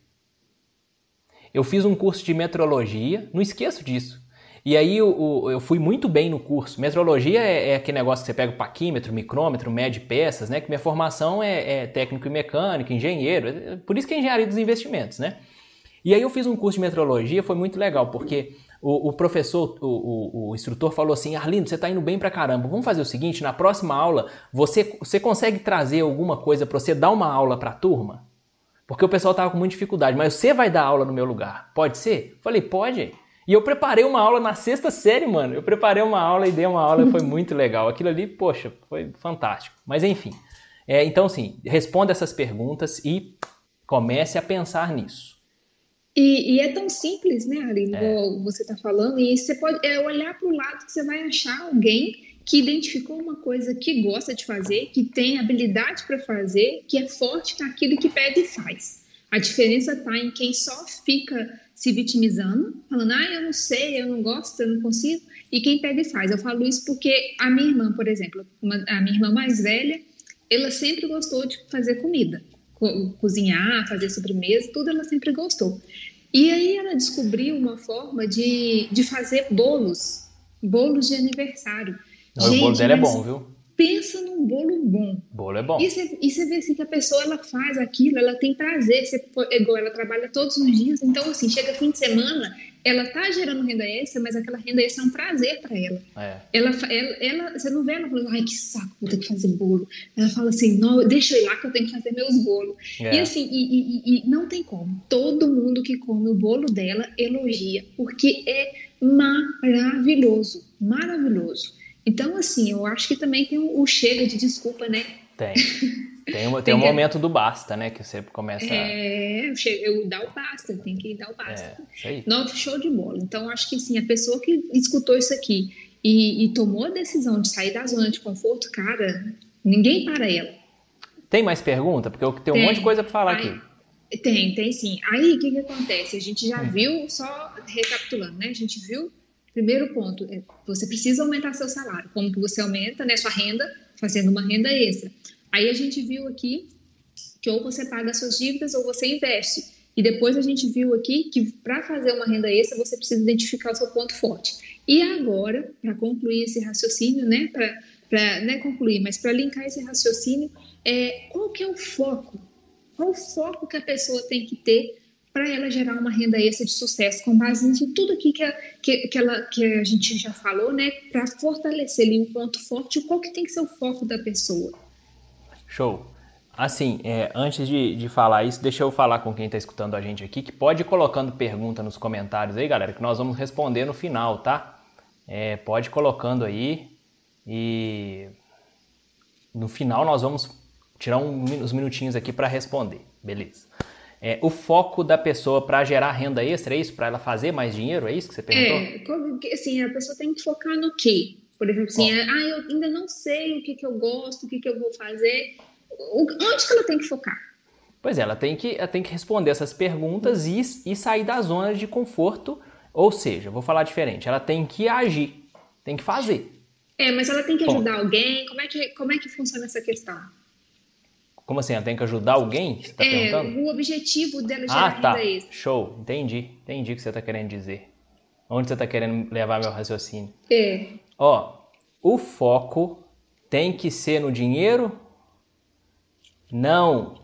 Eu fiz um curso de metrologia, não esqueço disso. E aí eu fui muito bem no curso. Metrologia é aquele negócio que você pega o paquímetro, micrômetro, mede peças, né? Que minha formação é técnico e mecânico, engenheiro. Por isso que é engenharia dos investimentos, né? E aí eu fiz um curso de metrologia, foi muito legal, porque o professor, o instrutor falou assim: Arlindo, você está indo bem pra caramba, vamos fazer o seguinte, na próxima aula, você consegue trazer alguma coisa para você dar uma aula para a turma? Porque o pessoal estava com muita dificuldade, mas você vai dar aula no meu lugar, pode ser? Falei, pode. E eu preparei uma aula na 6ª série, mano, eu preparei uma aula e dei uma aula e foi muito legal. Aquilo ali, poxa, foi fantástico. Mas enfim, então assim, responda essas perguntas e comece a pensar nisso. E é tão simples, né, Arlindo, igual você está falando, e você pode olhar para o lado que você vai achar alguém que identificou uma coisa que gosta de fazer, que tem habilidade para fazer, que é forte naquilo que pede e faz. A diferença está em quem só fica se vitimizando, falando, eu não sei, eu não gosto, eu não consigo, e quem pega e faz. Eu falo isso porque a minha irmã, por exemplo, a minha irmã mais velha, ela sempre gostou de fazer comida. Cozinhar, fazer sobremesa, tudo ela sempre gostou. E aí ela descobriu uma forma de fazer bolos de aniversário. Gente, o bolo dela é bom, viu? Pensa num bolo bom. Bolo é bom. E você vê assim que a pessoa ela faz aquilo, ela tem prazer, igual ela trabalha todos os dias, então assim, chega fim de semana, ela tá gerando renda extra, mas aquela renda extra é um prazer para ela. Ela. Você não vê ela falando, ai que saco, vou ter que fazer bolo. Ela fala assim, não, deixa eu ir lá que eu tenho que fazer meus bolos. E assim, e não tem como. Todo mundo que come o bolo dela elogia, porque é maravilhoso, maravilhoso. Então, assim, eu acho que também tem o chega de desculpa, né? Tem um momento do basta, né? Que você começa eu dar o basta, tem que dar o basta. Isso aí. Novo show de bola. Então, acho que, assim, a pessoa que escutou isso aqui e tomou a decisão de sair da zona de conforto, cara, ninguém para ela. Tem mais pergunta? Porque eu tenho um monte de coisa para falar aqui. Tem sim. Aí, o que acontece? A gente já viu, só recapitulando, né? A gente viu. Primeiro ponto, você precisa aumentar seu salário. Como que você aumenta, né, sua renda? Fazendo uma renda extra. Aí a gente viu aqui que ou você paga suas dívidas ou você investe. E depois a gente viu aqui que para fazer uma renda extra você precisa identificar o seu ponto forte. E agora, para concluir esse raciocínio, né, não é concluir, mas para linkar esse raciocínio, qual que é o foco? Qual o foco que a pessoa tem que ter para ela gerar uma renda extra de sucesso, com base em tudo aqui que a gente já falou, né, para fortalecer ali um ponto forte, qual que tem que ser o foco da pessoa. Show. Assim, antes de falar isso, deixa eu falar com quem está escutando a gente aqui, que pode ir colocando pergunta nos comentários aí, galera, que nós vamos responder no final, tá? Pode ir colocando aí e no final nós vamos tirar uns minutinhos aqui para responder, beleza? O foco da pessoa para gerar renda extra, é isso? Para ela fazer mais dinheiro, é isso que você perguntou? Assim, a pessoa tem que focar no quê? Por exemplo, assim, eu ainda não sei o que eu gosto, o que eu vou fazer. Onde que ela tem que focar? Pois ela tem que responder essas perguntas e sair da zona de conforto. Ou seja, vou falar diferente, ela tem que agir, tem que fazer. Mas ela tem que ajudar alguém? Como é que funciona essa questão? Como assim? Ela tem que ajudar alguém? Você tá perguntando? O objetivo dela gerar renda extra. Show, entendi o que você está querendo dizer. Onde você está querendo levar meu raciocínio? O foco tem que ser no dinheiro? Não.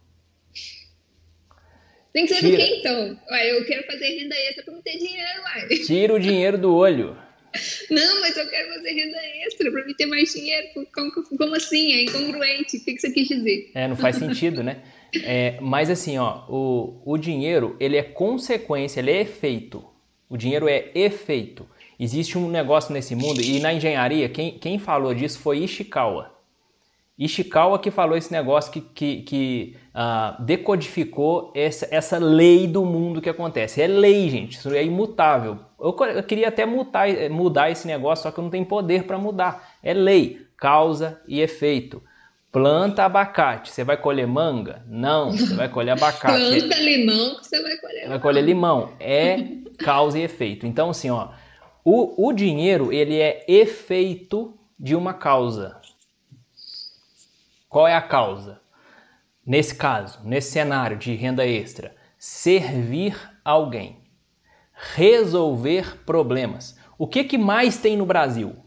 Tem que ser no quê, então? Eu quero fazer renda extra para não ter dinheiro, Tira o dinheiro do olho. Não, mas eu quero fazer renda extra para me ter mais dinheiro. Como assim? É incongruente. O que você quis dizer? Não faz sentido, né? Mas assim, ó, o dinheiro, ele é consequência, ele é efeito. O dinheiro é efeito. Existe um negócio nesse mundo, e na engenharia, quem falou disso foi Ishikawa. Ishikawa que falou esse negócio que decodificou essa lei do mundo que acontece. É lei, gente, isso é imutável. Eu queria até mudar esse negócio, só que eu não tenho poder para mudar. É lei, causa e efeito. Planta abacate, você vai colher manga? Não, você vai colher abacate. Planta limão, que você vai colher. Vai colher limão. É causa e efeito. Então, assim, ó, o dinheiro, ele é efeito de uma causa. Qual é a causa? Nesse caso, nesse cenário de renda extra, servir alguém, resolver problemas. O que mais tem no Brasil?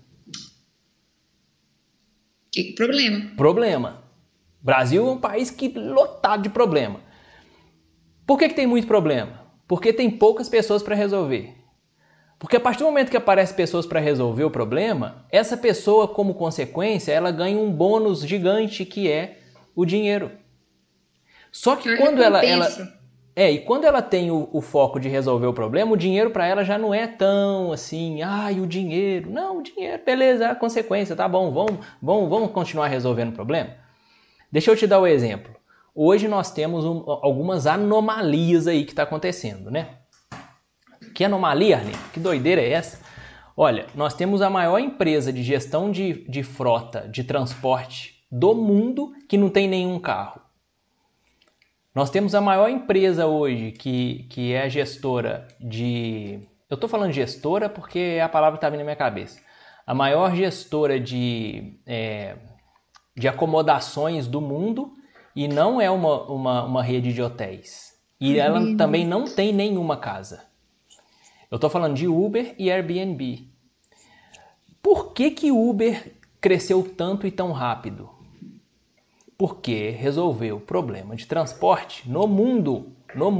Que problema? Problema. Brasil é um país lotado de problema. Por que tem muito problema? Porque tem poucas pessoas para resolver. Porque a partir do momento que aparecem pessoas para resolver o problema, essa pessoa, como consequência, ela ganha um bônus gigante que é o dinheiro. Só que quando quando ela tem o foco de resolver o problema, o dinheiro para ela já não é tão assim, o dinheiro. Não, o dinheiro, beleza, é a consequência, tá bom, vamos continuar resolvendo o problema? Deixa eu te dar o exemplo. Hoje nós temos algumas anomalias aí que está acontecendo, né? Que anomalia, Arlindo? Que doideira é essa? Olha, nós temos a maior empresa de gestão de frota, de transporte do mundo que não tem nenhum carro. Nós temos a maior empresa hoje que é a gestora de... Eu estou falando gestora porque a palavra está vindo na minha cabeça. A maior gestora de acomodações do mundo e não é uma rede de hotéis. E ela também não tem nenhuma casa. Eu estou falando de Uber e Airbnb. Por que Uber cresceu tanto e tão rápido? Porque resolveu o problema de transporte no mundo.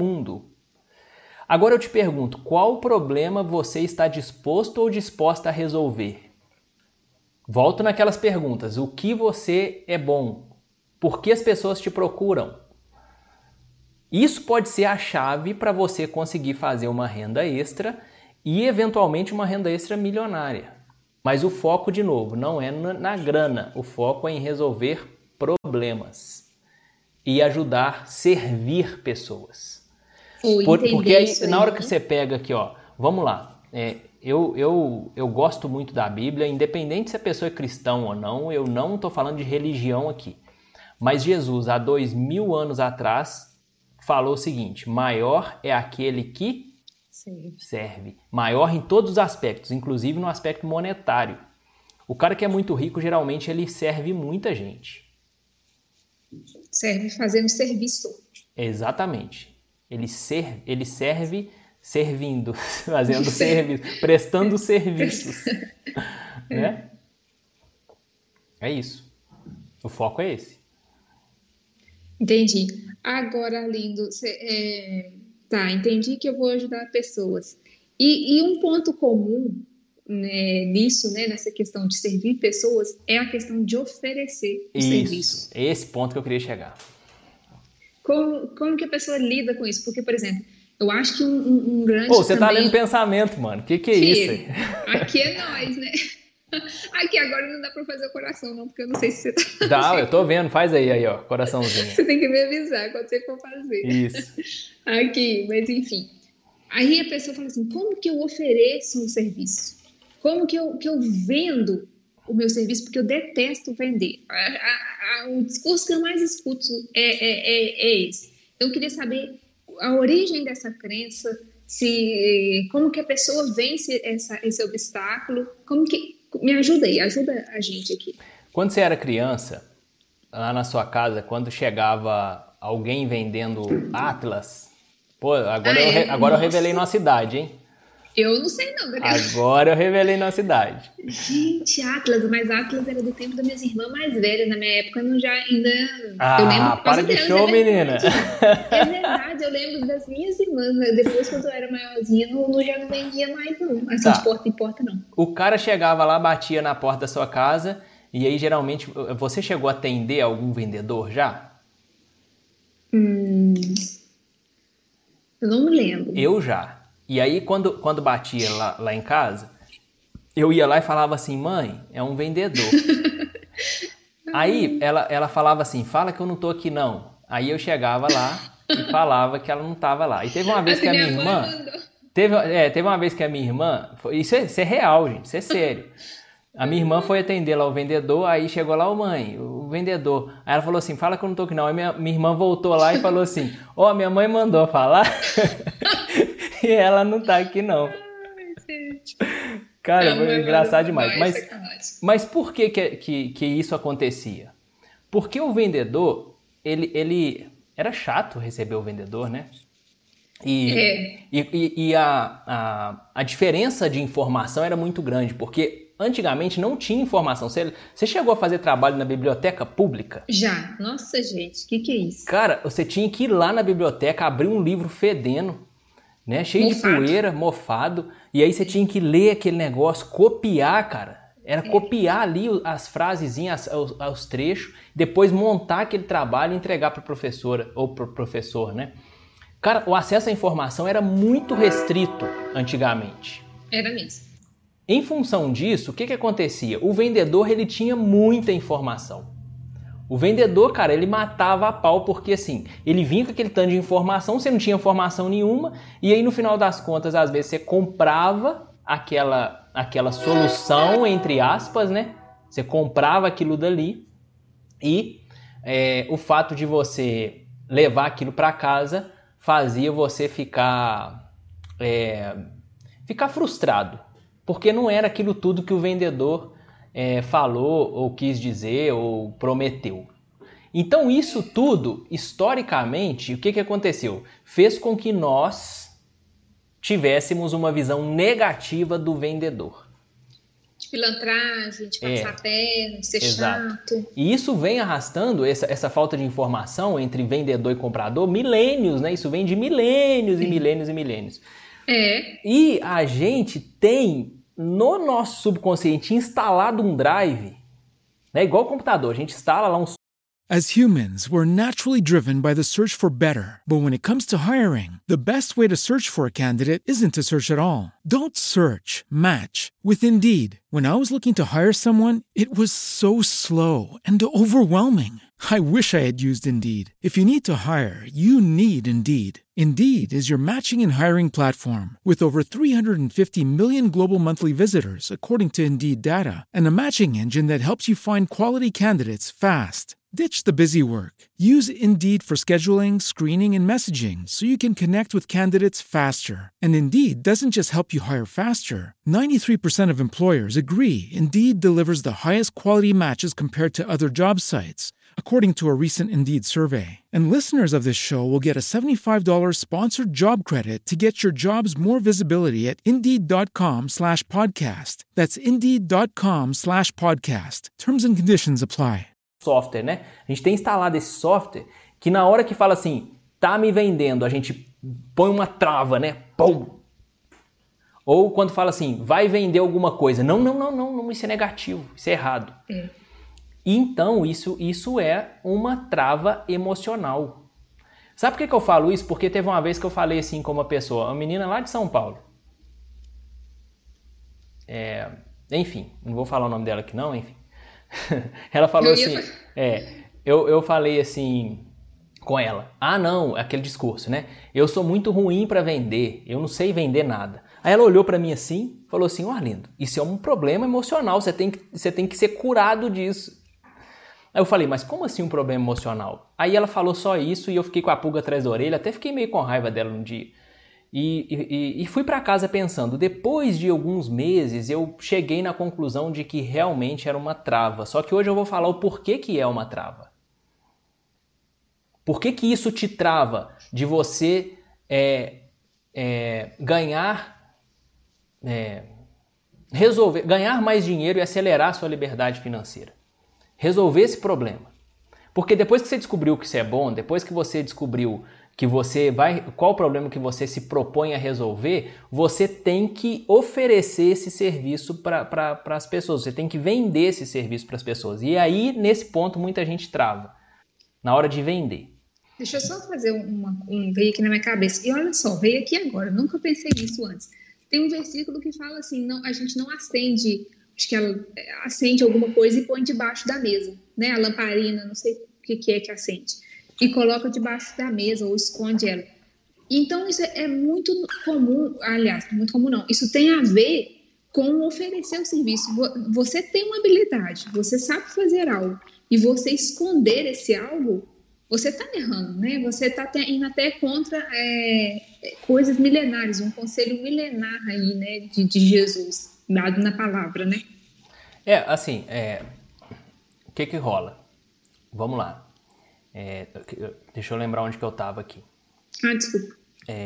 Agora eu te pergunto, qual problema você está disposto ou disposta a resolver? Volto naquelas perguntas. O que você é bom? Por que as pessoas te procuram? Isso pode ser a chave para você conseguir fazer uma renda extra e, eventualmente, uma renda extra milionária. Mas o foco, de novo, não é na grana. O foco é em resolver problemas e ajudar, servir pessoas. Porque aí, na hora que você pega aqui, ó, vamos lá. Eu gosto muito da Bíblia, independente se a pessoa é cristã ou não, eu não estou falando de religião aqui. Mas Jesus, há 2000 anos atrás, falou o seguinte: maior é aquele que serve. Maior em todos os aspectos, inclusive no aspecto monetário. O cara que é muito rico, geralmente, ele serve muita gente. Serve fazendo serviço. Exatamente. Ele serve servindo, fazendo serviço, prestando serviços. Né? É isso. O foco é esse. Entendi. Agora, Lindo, entendi que eu vou ajudar pessoas. E um ponto comum, né, nisso, né, nessa questão de servir pessoas, é a questão de oferecer o serviço. Esse ponto que eu queria chegar. Como que a pessoa lida com isso? Porque, por exemplo, eu acho que um grande... Você tá lendo pensamento, mano. Que é isso aí? Aqui é nós, né? Aqui agora não dá pra fazer o coração, não, porque eu não sei se você tá... Dá, eu tô vendo. Faz aí, ó, coraçãozinho. Você tem que me avisar quando você for fazer. Isso. Aqui, mas enfim. Aí a pessoa fala assim, como que eu ofereço um serviço? Como que eu vendo o meu serviço? Porque eu detesto vender. O discurso que eu mais escuto é esse. Então eu queria saber a origem dessa crença, como que a pessoa vence esse obstáculo, como que... Me ajuda aí, ajuda a gente aqui. Quando você era criança, lá na sua casa, quando chegava alguém vendendo Atlas, pô, agora eu revelei nossa idade, hein? Eu não sei não, Daniel. Agora eu revelei nossa idade. Gente, Atlas, mas Atlas era do tempo das minhas irmãs mais velhas. Na minha época eu não já ainda... Ah, eu lembro para de show, menina. É verdade, eu lembro das minhas irmãs. Né? Depois, quando eu era maiorzinha, já não vendia mais não. Assim, de porta em porta, não. O cara chegava lá, batia na porta da sua casa, e aí geralmente... Você chegou a atender algum vendedor já? Eu não me lembro. Eu já. E aí, quando batia lá em casa, eu ia lá e falava assim, mãe, é um vendedor. Aí ela falava assim, fala que eu não tô aqui não. Aí eu chegava lá e falava que ela não tava lá. E teve uma vez que a minha irmã... Teve uma vez que a minha irmã... Isso é real, gente, isso é sério. A minha irmã foi atender lá o vendedor, aí chegou lá, mãe, o vendedor. Aí ela falou assim, fala que eu não tô aqui não. Aí minha irmã voltou lá e falou assim, minha mãe mandou falar e ela não tá aqui não. Ai, gente. Cara, foi engraçado demais. Mas por que isso acontecia? Porque o vendedor, ele era chato receber o vendedor, né? E a diferença de informação era muito grande, porque antigamente não tinha informação. Você chegou a fazer trabalho na biblioteca pública? Já. Nossa, gente, o que é isso? Cara, você tinha que ir lá na biblioteca, abrir um livro fedendo, né? Cheio de poeira, mofado. E aí você tinha que ler aquele negócio, copiar, cara. Era copiar ali as frasezinhas, os trechos, depois montar aquele trabalho e entregar para a professora ou para o professor, né? Cara, o acesso à informação era muito restrito antigamente. Era mesmo. Em função disso, o que acontecia? O vendedor, ele tinha muita informação. O vendedor, cara, ele matava a pau porque, assim, ele vinha com aquele tanto de informação, você não tinha informação nenhuma, e aí, no final das contas, às vezes, você comprava aquela solução, entre aspas, né? Você comprava aquilo dali e o fato de você levar aquilo para casa fazia você ficar frustrado, porque não era aquilo tudo que o vendedor falou, ou quis dizer, ou prometeu. Então isso tudo, historicamente, o que aconteceu? Fez com que nós tivéssemos uma visão negativa do vendedor. De pilantragem, de passar a perna, de ser chato. E isso vem arrastando, essa falta de informação entre vendedor e comprador, milênios, né? Isso vem de milênios e milênios e milênios. E a gente tem no nosso subconsciente instalado um drive, né? Igual o computador, a gente instala lá um. As humans, we're naturally driven by the search for better. But when it comes to hiring, the best way to search for a candidate isn't to search at all. Don't search, match with Indeed. When I was looking to hire someone, it was so slow and overwhelming. I wish I had used Indeed. If you need to hire, you need Indeed. Indeed is your matching and hiring platform with over 350 million global monthly visitors, according to Indeed data, and a matching engine that helps you find quality candidates fast. Ditch the busy work. Use Indeed for scheduling, screening, and messaging so you can connect with candidates faster. And Indeed doesn't just help you hire faster. 93% of employers agree Indeed delivers the highest quality matches compared to other job sites, according to a recent Indeed survey. And listeners of this show will get a $75 sponsored job credit to get your jobs more visibility at Indeed.com/podcast. That's Indeed.com/podcast. Terms and conditions apply. Software, né? A gente tem instalado esse software que na hora que fala assim, tá me vendendo, a gente põe uma trava, né? Pum! Ou quando fala assim, vai vender alguma coisa. Não, isso é negativo, isso é errado. Então, isso é uma trava emocional. Sabe por que eu falo isso? Porque teve uma vez que eu falei assim com uma pessoa, uma menina lá de São Paulo. Enfim, não vou falar o nome dela aqui não, enfim. Ela falou assim, eu falei assim com ela, não, aquele discurso, né? Eu sou muito ruim para vender, eu não sei vender nada. Aí ela olhou para mim assim, falou assim, Arlindo, isso é um problema emocional, você tem que ser curado disso. Aí eu falei, mas como assim um problema emocional? Aí ela falou só isso e eu fiquei com a pulga atrás da orelha, até fiquei meio com raiva dela um dia. E fui para casa pensando, depois de alguns meses eu cheguei na conclusão de que realmente era uma trava. Só que hoje eu vou falar o porquê que é uma trava. Por que isso te trava de você ganhar mais dinheiro e acelerar a sua liberdade financeira? Resolver esse problema. Porque depois que você descobriu que isso é bom, depois que você descobriu qual o problema que você se propõe a resolver, você tem que oferecer esse serviço para as pessoas, você tem que vender esse serviço para as pessoas. E aí, nesse ponto, muita gente trava, na hora de vender. Deixa eu só fazer veio aqui na minha cabeça. E olha só, veio aqui agora, nunca pensei nisso antes. Tem um versículo que fala assim, não, a gente não acende, acho que ela acende alguma coisa e põe debaixo da mesa, né? A lamparina, não sei o que é que acende. E coloca debaixo da mesa ou esconde ela. Então, isso é muito comum, aliás, muito comum não, isso tem a ver com oferecer o serviço. Você tem uma habilidade, você sabe fazer algo, e você esconder esse algo, você está errando, né? Você está indo até contra coisas milenares, um conselho milenar aí, né, de Jesus, dado na palavra, né? O que rola? Vamos lá. Deixa eu lembrar onde que eu estava aqui. Desculpa.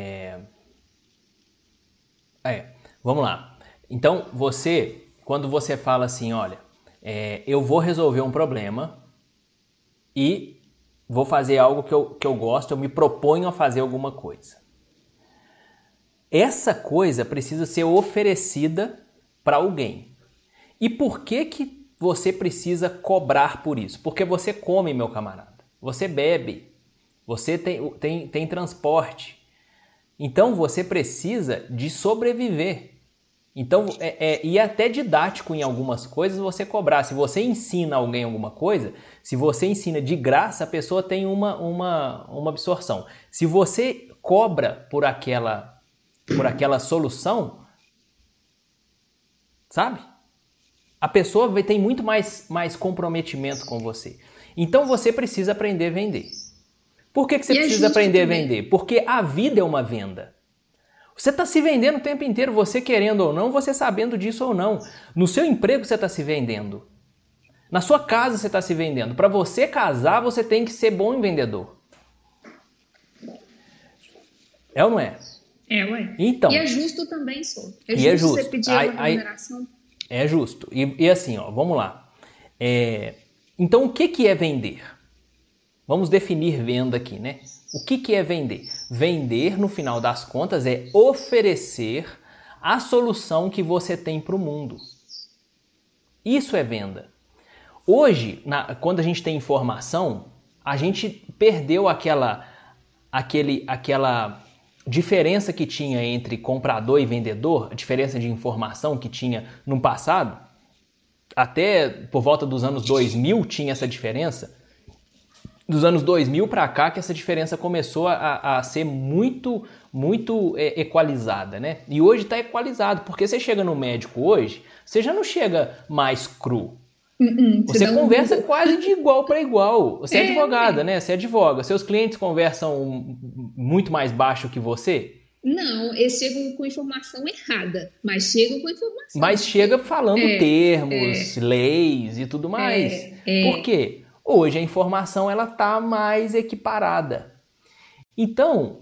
Vamos lá. Então, quando você fala assim, olha, eu vou resolver um problema e vou fazer algo que eu gosto, eu me proponho a fazer alguma coisa. Essa coisa precisa ser oferecida para alguém. E por que você precisa cobrar por isso? Porque você come, meu camarada. Você bebe. Você tem transporte. Então, você precisa de sobreviver. Então, e é até didático em algumas coisas você cobrar. Se você ensina alguém alguma coisa, se você ensina de graça, a pessoa tem uma absorção. Se você cobra por aquela solução, sabe? A pessoa tem muito mais comprometimento com você. Então, você precisa aprender a vender. Por que você precisa aprender a vender? Porque a vida é uma venda. Você está se vendendo o tempo inteiro, você querendo ou não, você sabendo disso ou não. No seu emprego você está se vendendo. Na sua casa você está se vendendo. Para você casar, você tem que ser bom em vendedor. É ou não é? Ué. Então, e é justo também, só. É justo você pedir uma remuneração. É justo. E assim, vamos lá. Então, o que é vender? Vamos definir venda aqui, né? O que é vender? Vender, no final das contas, é oferecer a solução que você tem para o mundo. Isso é venda. Hoje, quando a gente tem informação, a gente perdeu aquela diferença que tinha entre comprador e vendedor, a diferença de informação que tinha no passado. Até por volta dos anos 2000 tinha essa diferença. Dos anos 2000 para cá que essa diferença começou a ser muito equalizada, né? E hoje está equalizado, porque você chega no médico hoje, você já não chega mais cru. Você conversa quase de igual para igual. Você é advogada, né? Você advoga. Seus clientes conversam muito mais baixo que você? Não, eles chegam com informação errada, mas chegam com informação. Mas chega falando termos, leis e tudo mais. Por quê? Hoje a informação ela está mais equiparada. Então,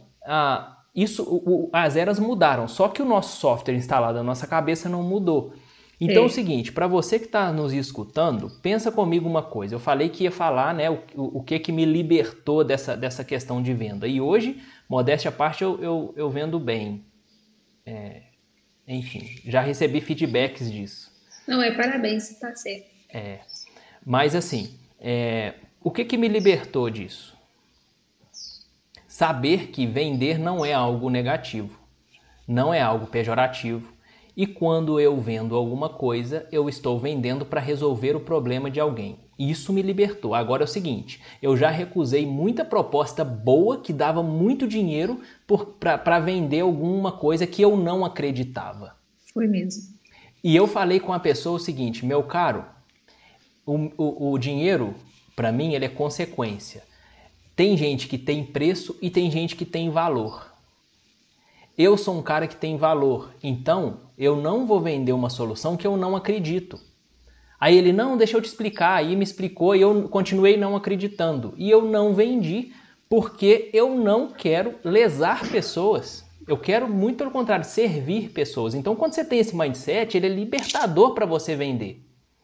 as eras mudaram, só que o nosso software instalado na nossa cabeça não mudou. Então é o seguinte, para você que está nos escutando, pensa comigo uma coisa. Eu falei que ia falar, né, o que me libertou dessa questão de venda. E hoje, modéstia à parte, eu vendo bem. Enfim, já recebi feedbacks disso. Não, parabéns, está certo. Mas assim... o que me libertou disso? Saber que vender não é algo negativo, não é algo pejorativo, e quando eu vendo alguma coisa, eu estou vendendo para resolver o problema de alguém. Isso me libertou. Agora é o seguinte, eu já recusei muita proposta boa que dava muito dinheiro para vender alguma coisa que eu não acreditava. Foi mesmo. E eu falei com a pessoa o seguinte, meu caro, o dinheiro, para mim, ele é consequência. Tem gente que tem preço e tem gente que tem valor. Eu sou um cara que tem valor, então eu não vou vender uma solução que eu não acredito. Aí ele, não, deixa eu te explicar. Aí me explicou e eu continuei não acreditando. E eu não vendi porque eu não quero lesar pessoas. Eu quero, muito pelo contrário, servir pessoas. Então, quando você tem esse mindset, ele é libertador para você vender.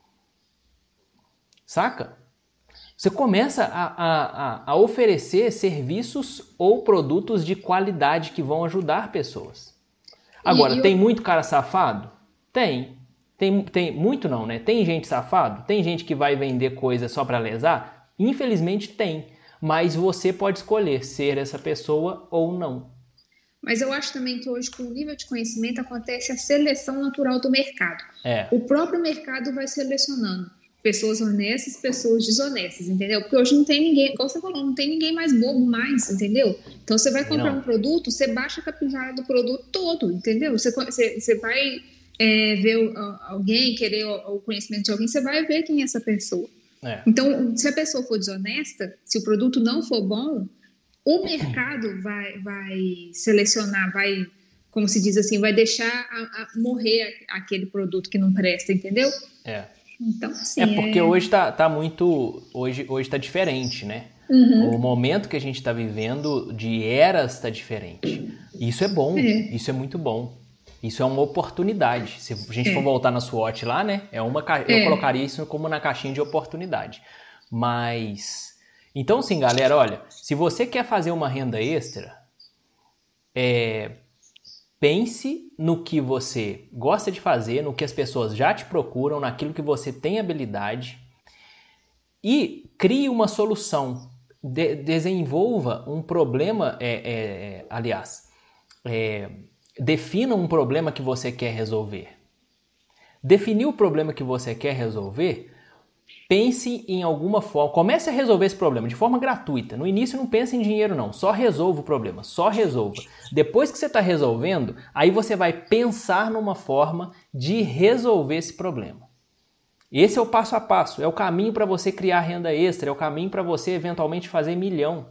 Saca? Você começa a oferecer serviços ou produtos de qualidade que vão ajudar pessoas. Agora, tem muito cara safado? Tem muito não, né? Tem gente safado? Tem gente que vai vender coisa só para lesar? Infelizmente tem. mas você pode escolher ser essa pessoa ou não. Mas eu acho também que hoje, com o nível de conhecimento, acontece a seleção natural do mercado. É. O próprio mercado vai selecionando pessoas honestas, pessoas desonestas, entendeu? Porque hoje não tem ninguém, como você falou, não tem ninguém mais bobo mais, entendeu? Então você vai comprar um produto, você baixa a capivara do produto todo, entendeu? Você vai ver alguém, querer o conhecimento de alguém, você vai ver quem é essa pessoa. Então, se a pessoa for desonesta, se o produto não for bom, o mercado vai selecionar, vai, como se diz assim, vai deixar morrer aquele produto que não presta, entendeu? Então, assim, porque hoje tá muito... Hoje tá diferente, né? O momento que a gente tá vivendo de eras tá diferente. Isso é bom, isso é muito bom. Isso é uma oportunidade. Se a gente for voltar na SWOT lá, né? Eu colocaria isso como na caixinha de oportunidade. Mas... Então, assim, galera, olha, se você quer fazer uma renda extra, pense no que você gosta de fazer, no que as pessoas já te procuram, naquilo que você tem habilidade e crie uma solução. Desenvolva um problema, defina um problema que você quer resolver. Definir o problema que você quer resolver, pense em alguma forma, comece a resolver esse problema de forma gratuita. No início não pense em dinheiro não, só resolva o problema, só resolva. Depois que você está resolvendo, aí você vai pensar numa forma de resolver esse problema. Esse é o passo a passo, é o caminho para você criar renda extra, é o caminho para você eventualmente fazer milhão.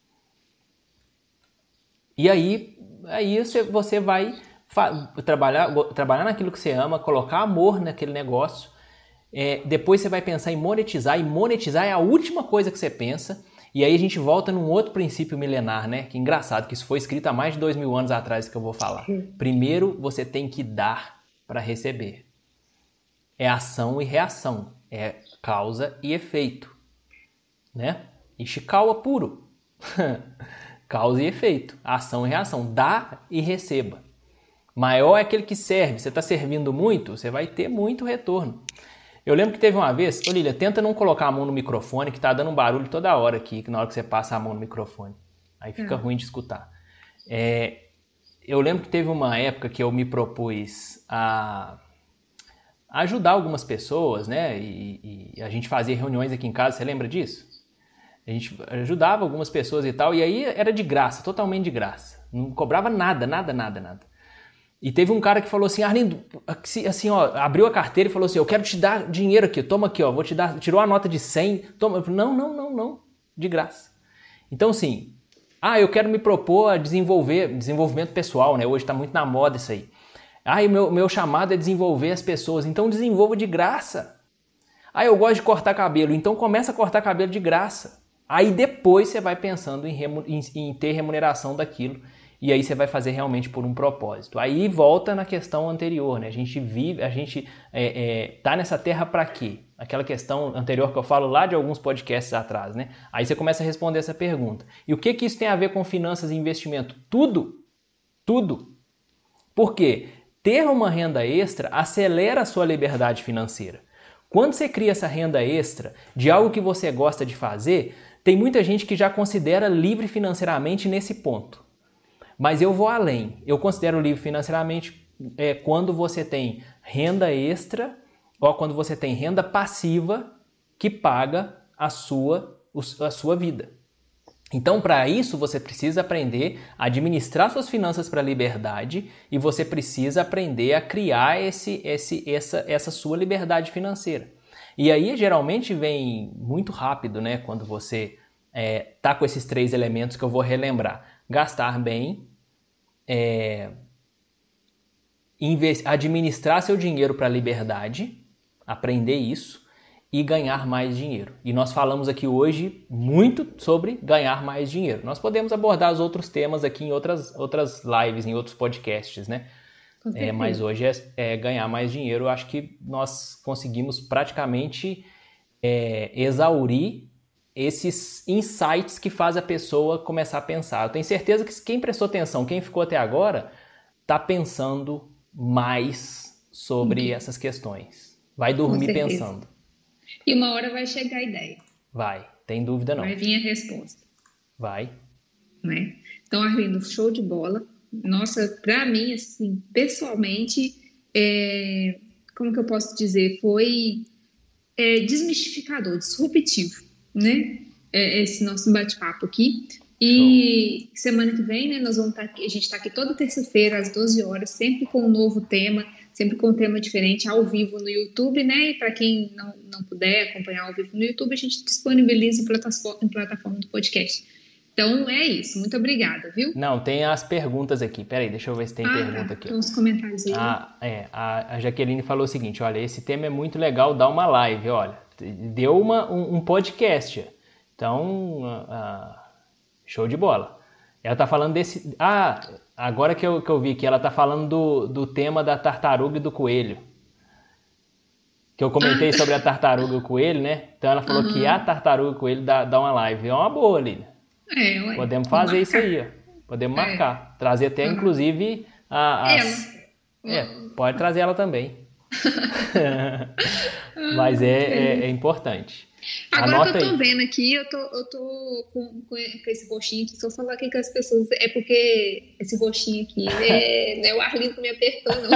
E aí você vai trabalhar naquilo que você ama, colocar amor naquele negócio. Depois você vai pensar em monetizar, e monetizar é a última coisa que você pensa. E aí a gente volta num outro princípio milenar, né? Que engraçado, que isso foi escrito há mais de 2000 anos atrás, que eu vou falar. Primeiro você tem que dar para receber. É ação e reação, é causa e efeito, né? Ishikawa puro. Causa e efeito, ação e reação, dá e receba. Maior é aquele que serve. Você está servindo muito, você vai ter muito retorno. Eu lembro que teve uma vez, Lília, tenta não colocar a mão no microfone, que tá dando um barulho toda hora aqui, na hora que você passa a mão no microfone. Aí fica ruim de escutar. Eu lembro que teve uma época que eu me propus a ajudar algumas pessoas, né? E a gente fazia reuniões aqui em casa, você lembra disso? A gente ajudava algumas pessoas e tal, e aí era de graça, totalmente de graça. Não cobrava nada. E teve um cara que falou assim, Arlindo, assim, ó, abriu a carteira e falou assim, eu quero te dar dinheiro aqui, toma aqui, ó, vou te dar, tirou a nota de 100, toma. Eu falei, não, de graça. Então, assim, eu quero me propor a desenvolvimento pessoal, né? Hoje tá muito na moda isso aí. O meu chamado é desenvolver as pessoas, então desenvolva de graça. Eu gosto de cortar cabelo, então começa a cortar cabelo de graça. Aí depois você vai pensando em ter remuneração daquilo. E aí você vai fazer realmente por um propósito. Aí volta na questão anterior, né? A gente tá nessa terra para quê? Aquela questão anterior que eu falo lá de alguns podcasts atrás, né? Aí você começa a responder essa pergunta. E o que isso tem a ver com finanças e investimento? Tudo. Por quê? Ter uma renda extra acelera a sua liberdade financeira. Quando você cria essa renda extra de algo que você gosta de fazer, tem muita gente que já considera livre financeiramente nesse ponto. Mas eu vou além. Eu considero livre financeiramente quando você tem renda extra ou quando você tem renda passiva que paga a sua vida. Então, para isso, você precisa aprender a administrar suas finanças para a liberdade e você precisa aprender a criar essa sua liberdade financeira. E aí, geralmente, vem muito rápido, né? Quando você tá com esses 3 elementos que eu vou relembrar. Gastar bem, administrar seu dinheiro para a liberdade, aprender isso, e ganhar mais dinheiro. E nós falamos aqui hoje muito sobre ganhar mais dinheiro. Nós podemos abordar os outros temas aqui em outras lives, em outros podcasts, né? Mas hoje é ganhar mais dinheiro. Eu acho que nós conseguimos praticamente exaurir esses insights que faz a pessoa começar a pensar. Eu tenho certeza que quem prestou atenção, quem ficou até agora, está pensando mais sobre essas questões. Vai dormir pensando. E uma hora vai chegar a ideia. Vai. tem dúvida não. Vai vir a resposta. Vai. Né? Então, Arlindo, show de bola. Nossa, para mim, assim, pessoalmente, como que eu posso dizer? Foi desmistificador, disruptivo, né? Esse nosso bate-papo aqui. E semana que vem, né, nós vamos estar aqui, a gente está aqui toda terça-feira, às 12 horas, sempre com um novo tema, sempre com um tema diferente, ao vivo no YouTube, né? E para quem não puder acompanhar ao vivo no YouTube, a gente disponibiliza em plataforma do podcast. Então, é isso. Muito obrigada, viu? Não, tem as perguntas aqui. Peraí, deixa eu ver se tem pergunta aqui. Tem uns comentários aí. A Jaqueline falou o seguinte, olha, esse tema é muito legal, dá uma live, olha. Deu um podcast. Então, show de bola. Ela tá falando desse... agora que eu vi que ela tá falando do tema da tartaruga e do coelho. Que eu comentei sobre a tartaruga e o coelho, né? Então, ela falou que a tartaruga e o coelho dá uma live. É uma boa, Lília. Podemos fazer isso aí, ó. Podemos marcar. Trazer até, inclusive, pode trazer ela também. Mas é importante. Agora Anota que eu tô aí. vendo aqui, eu tô com esse rostinho aqui. Se eu falar aqui com as pessoas, é porque esse rostinho aqui não é o Arlindo que me apertou, não.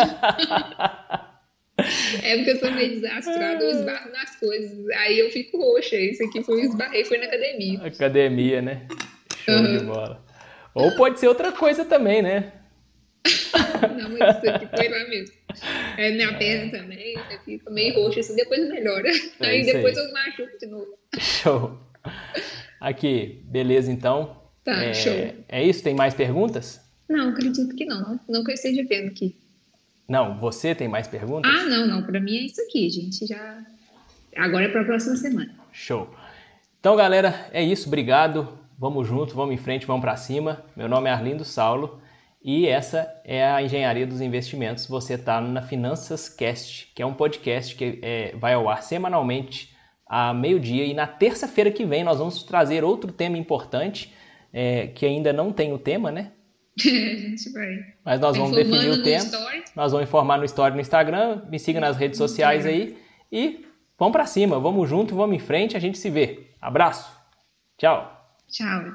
É porque eu sou meio desastrada, eu esbarro nas coisas. Aí eu fico roxa. Isso aqui foi na academia. Academia, né? Show de bola. Ou pode ser outra coisa também, né? Não, mas isso aqui foi lá mesmo. Minha perna também, fica meio roxa, assim, depois melhora. Aí depois eu machuco de novo. Show. Aqui, beleza então. Tá, show. É isso? Tem mais perguntas? Não, acredito que não. Não que eu esteja vendo aqui. Não, você tem mais perguntas? Não. Pra mim é isso aqui, gente. Já... Agora é pra próxima semana. Show. Então, galera, é isso. Obrigado. Vamos junto, vamos em frente, vamos pra cima. Meu nome é Arlindo Saulo. E essa é a Engenharia dos Investimentos. Você está na Finanças Cast, que é um podcast que vai ao ar semanalmente a meio-dia. E na terça-feira que vem nós vamos trazer outro tema importante, que ainda não tem o tema, né? A gente vai. Mas nós vamos definir o tema. Nós vamos informar no Story no Instagram. Me siga nas redes sociais aí. E vamos para cima. Vamos junto, vamos em frente. A gente se vê. Abraço. Tchau. Tchau.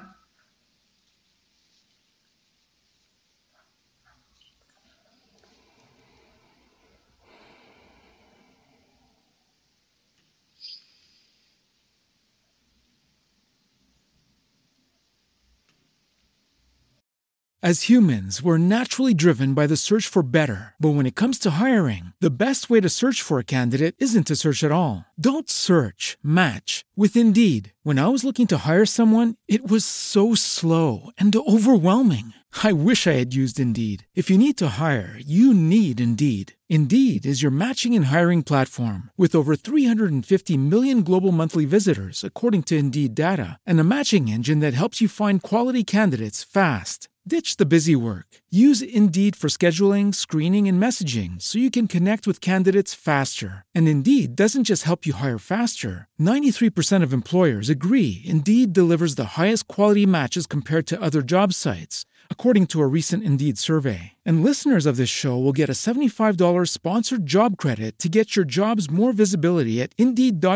As humans, we're naturally driven by the search for better. But when it comes to hiring, the best way to search for a candidate isn't to search at all. Don't search, match with Indeed. When I was looking to hire someone, it was so slow and overwhelming. I wish I had used Indeed. If you need to hire, you need Indeed. Indeed is your matching and hiring platform with over 350 million global monthly visitors, according to Indeed data, and a matching engine that helps you find quality candidates fast. Ditch the busy work. Use Indeed for scheduling, screening, and messaging so you can connect with candidates faster. And Indeed doesn't just help you hire faster. 93% of employers agree Indeed delivers the highest quality matches compared to other job sites, according to a recent Indeed survey. And listeners of this show will get a $75 sponsored job credit to get your jobs more visibility at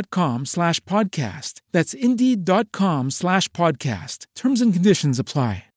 Indeed.com/podcast. That's Indeed.com/podcast. Terms and conditions apply.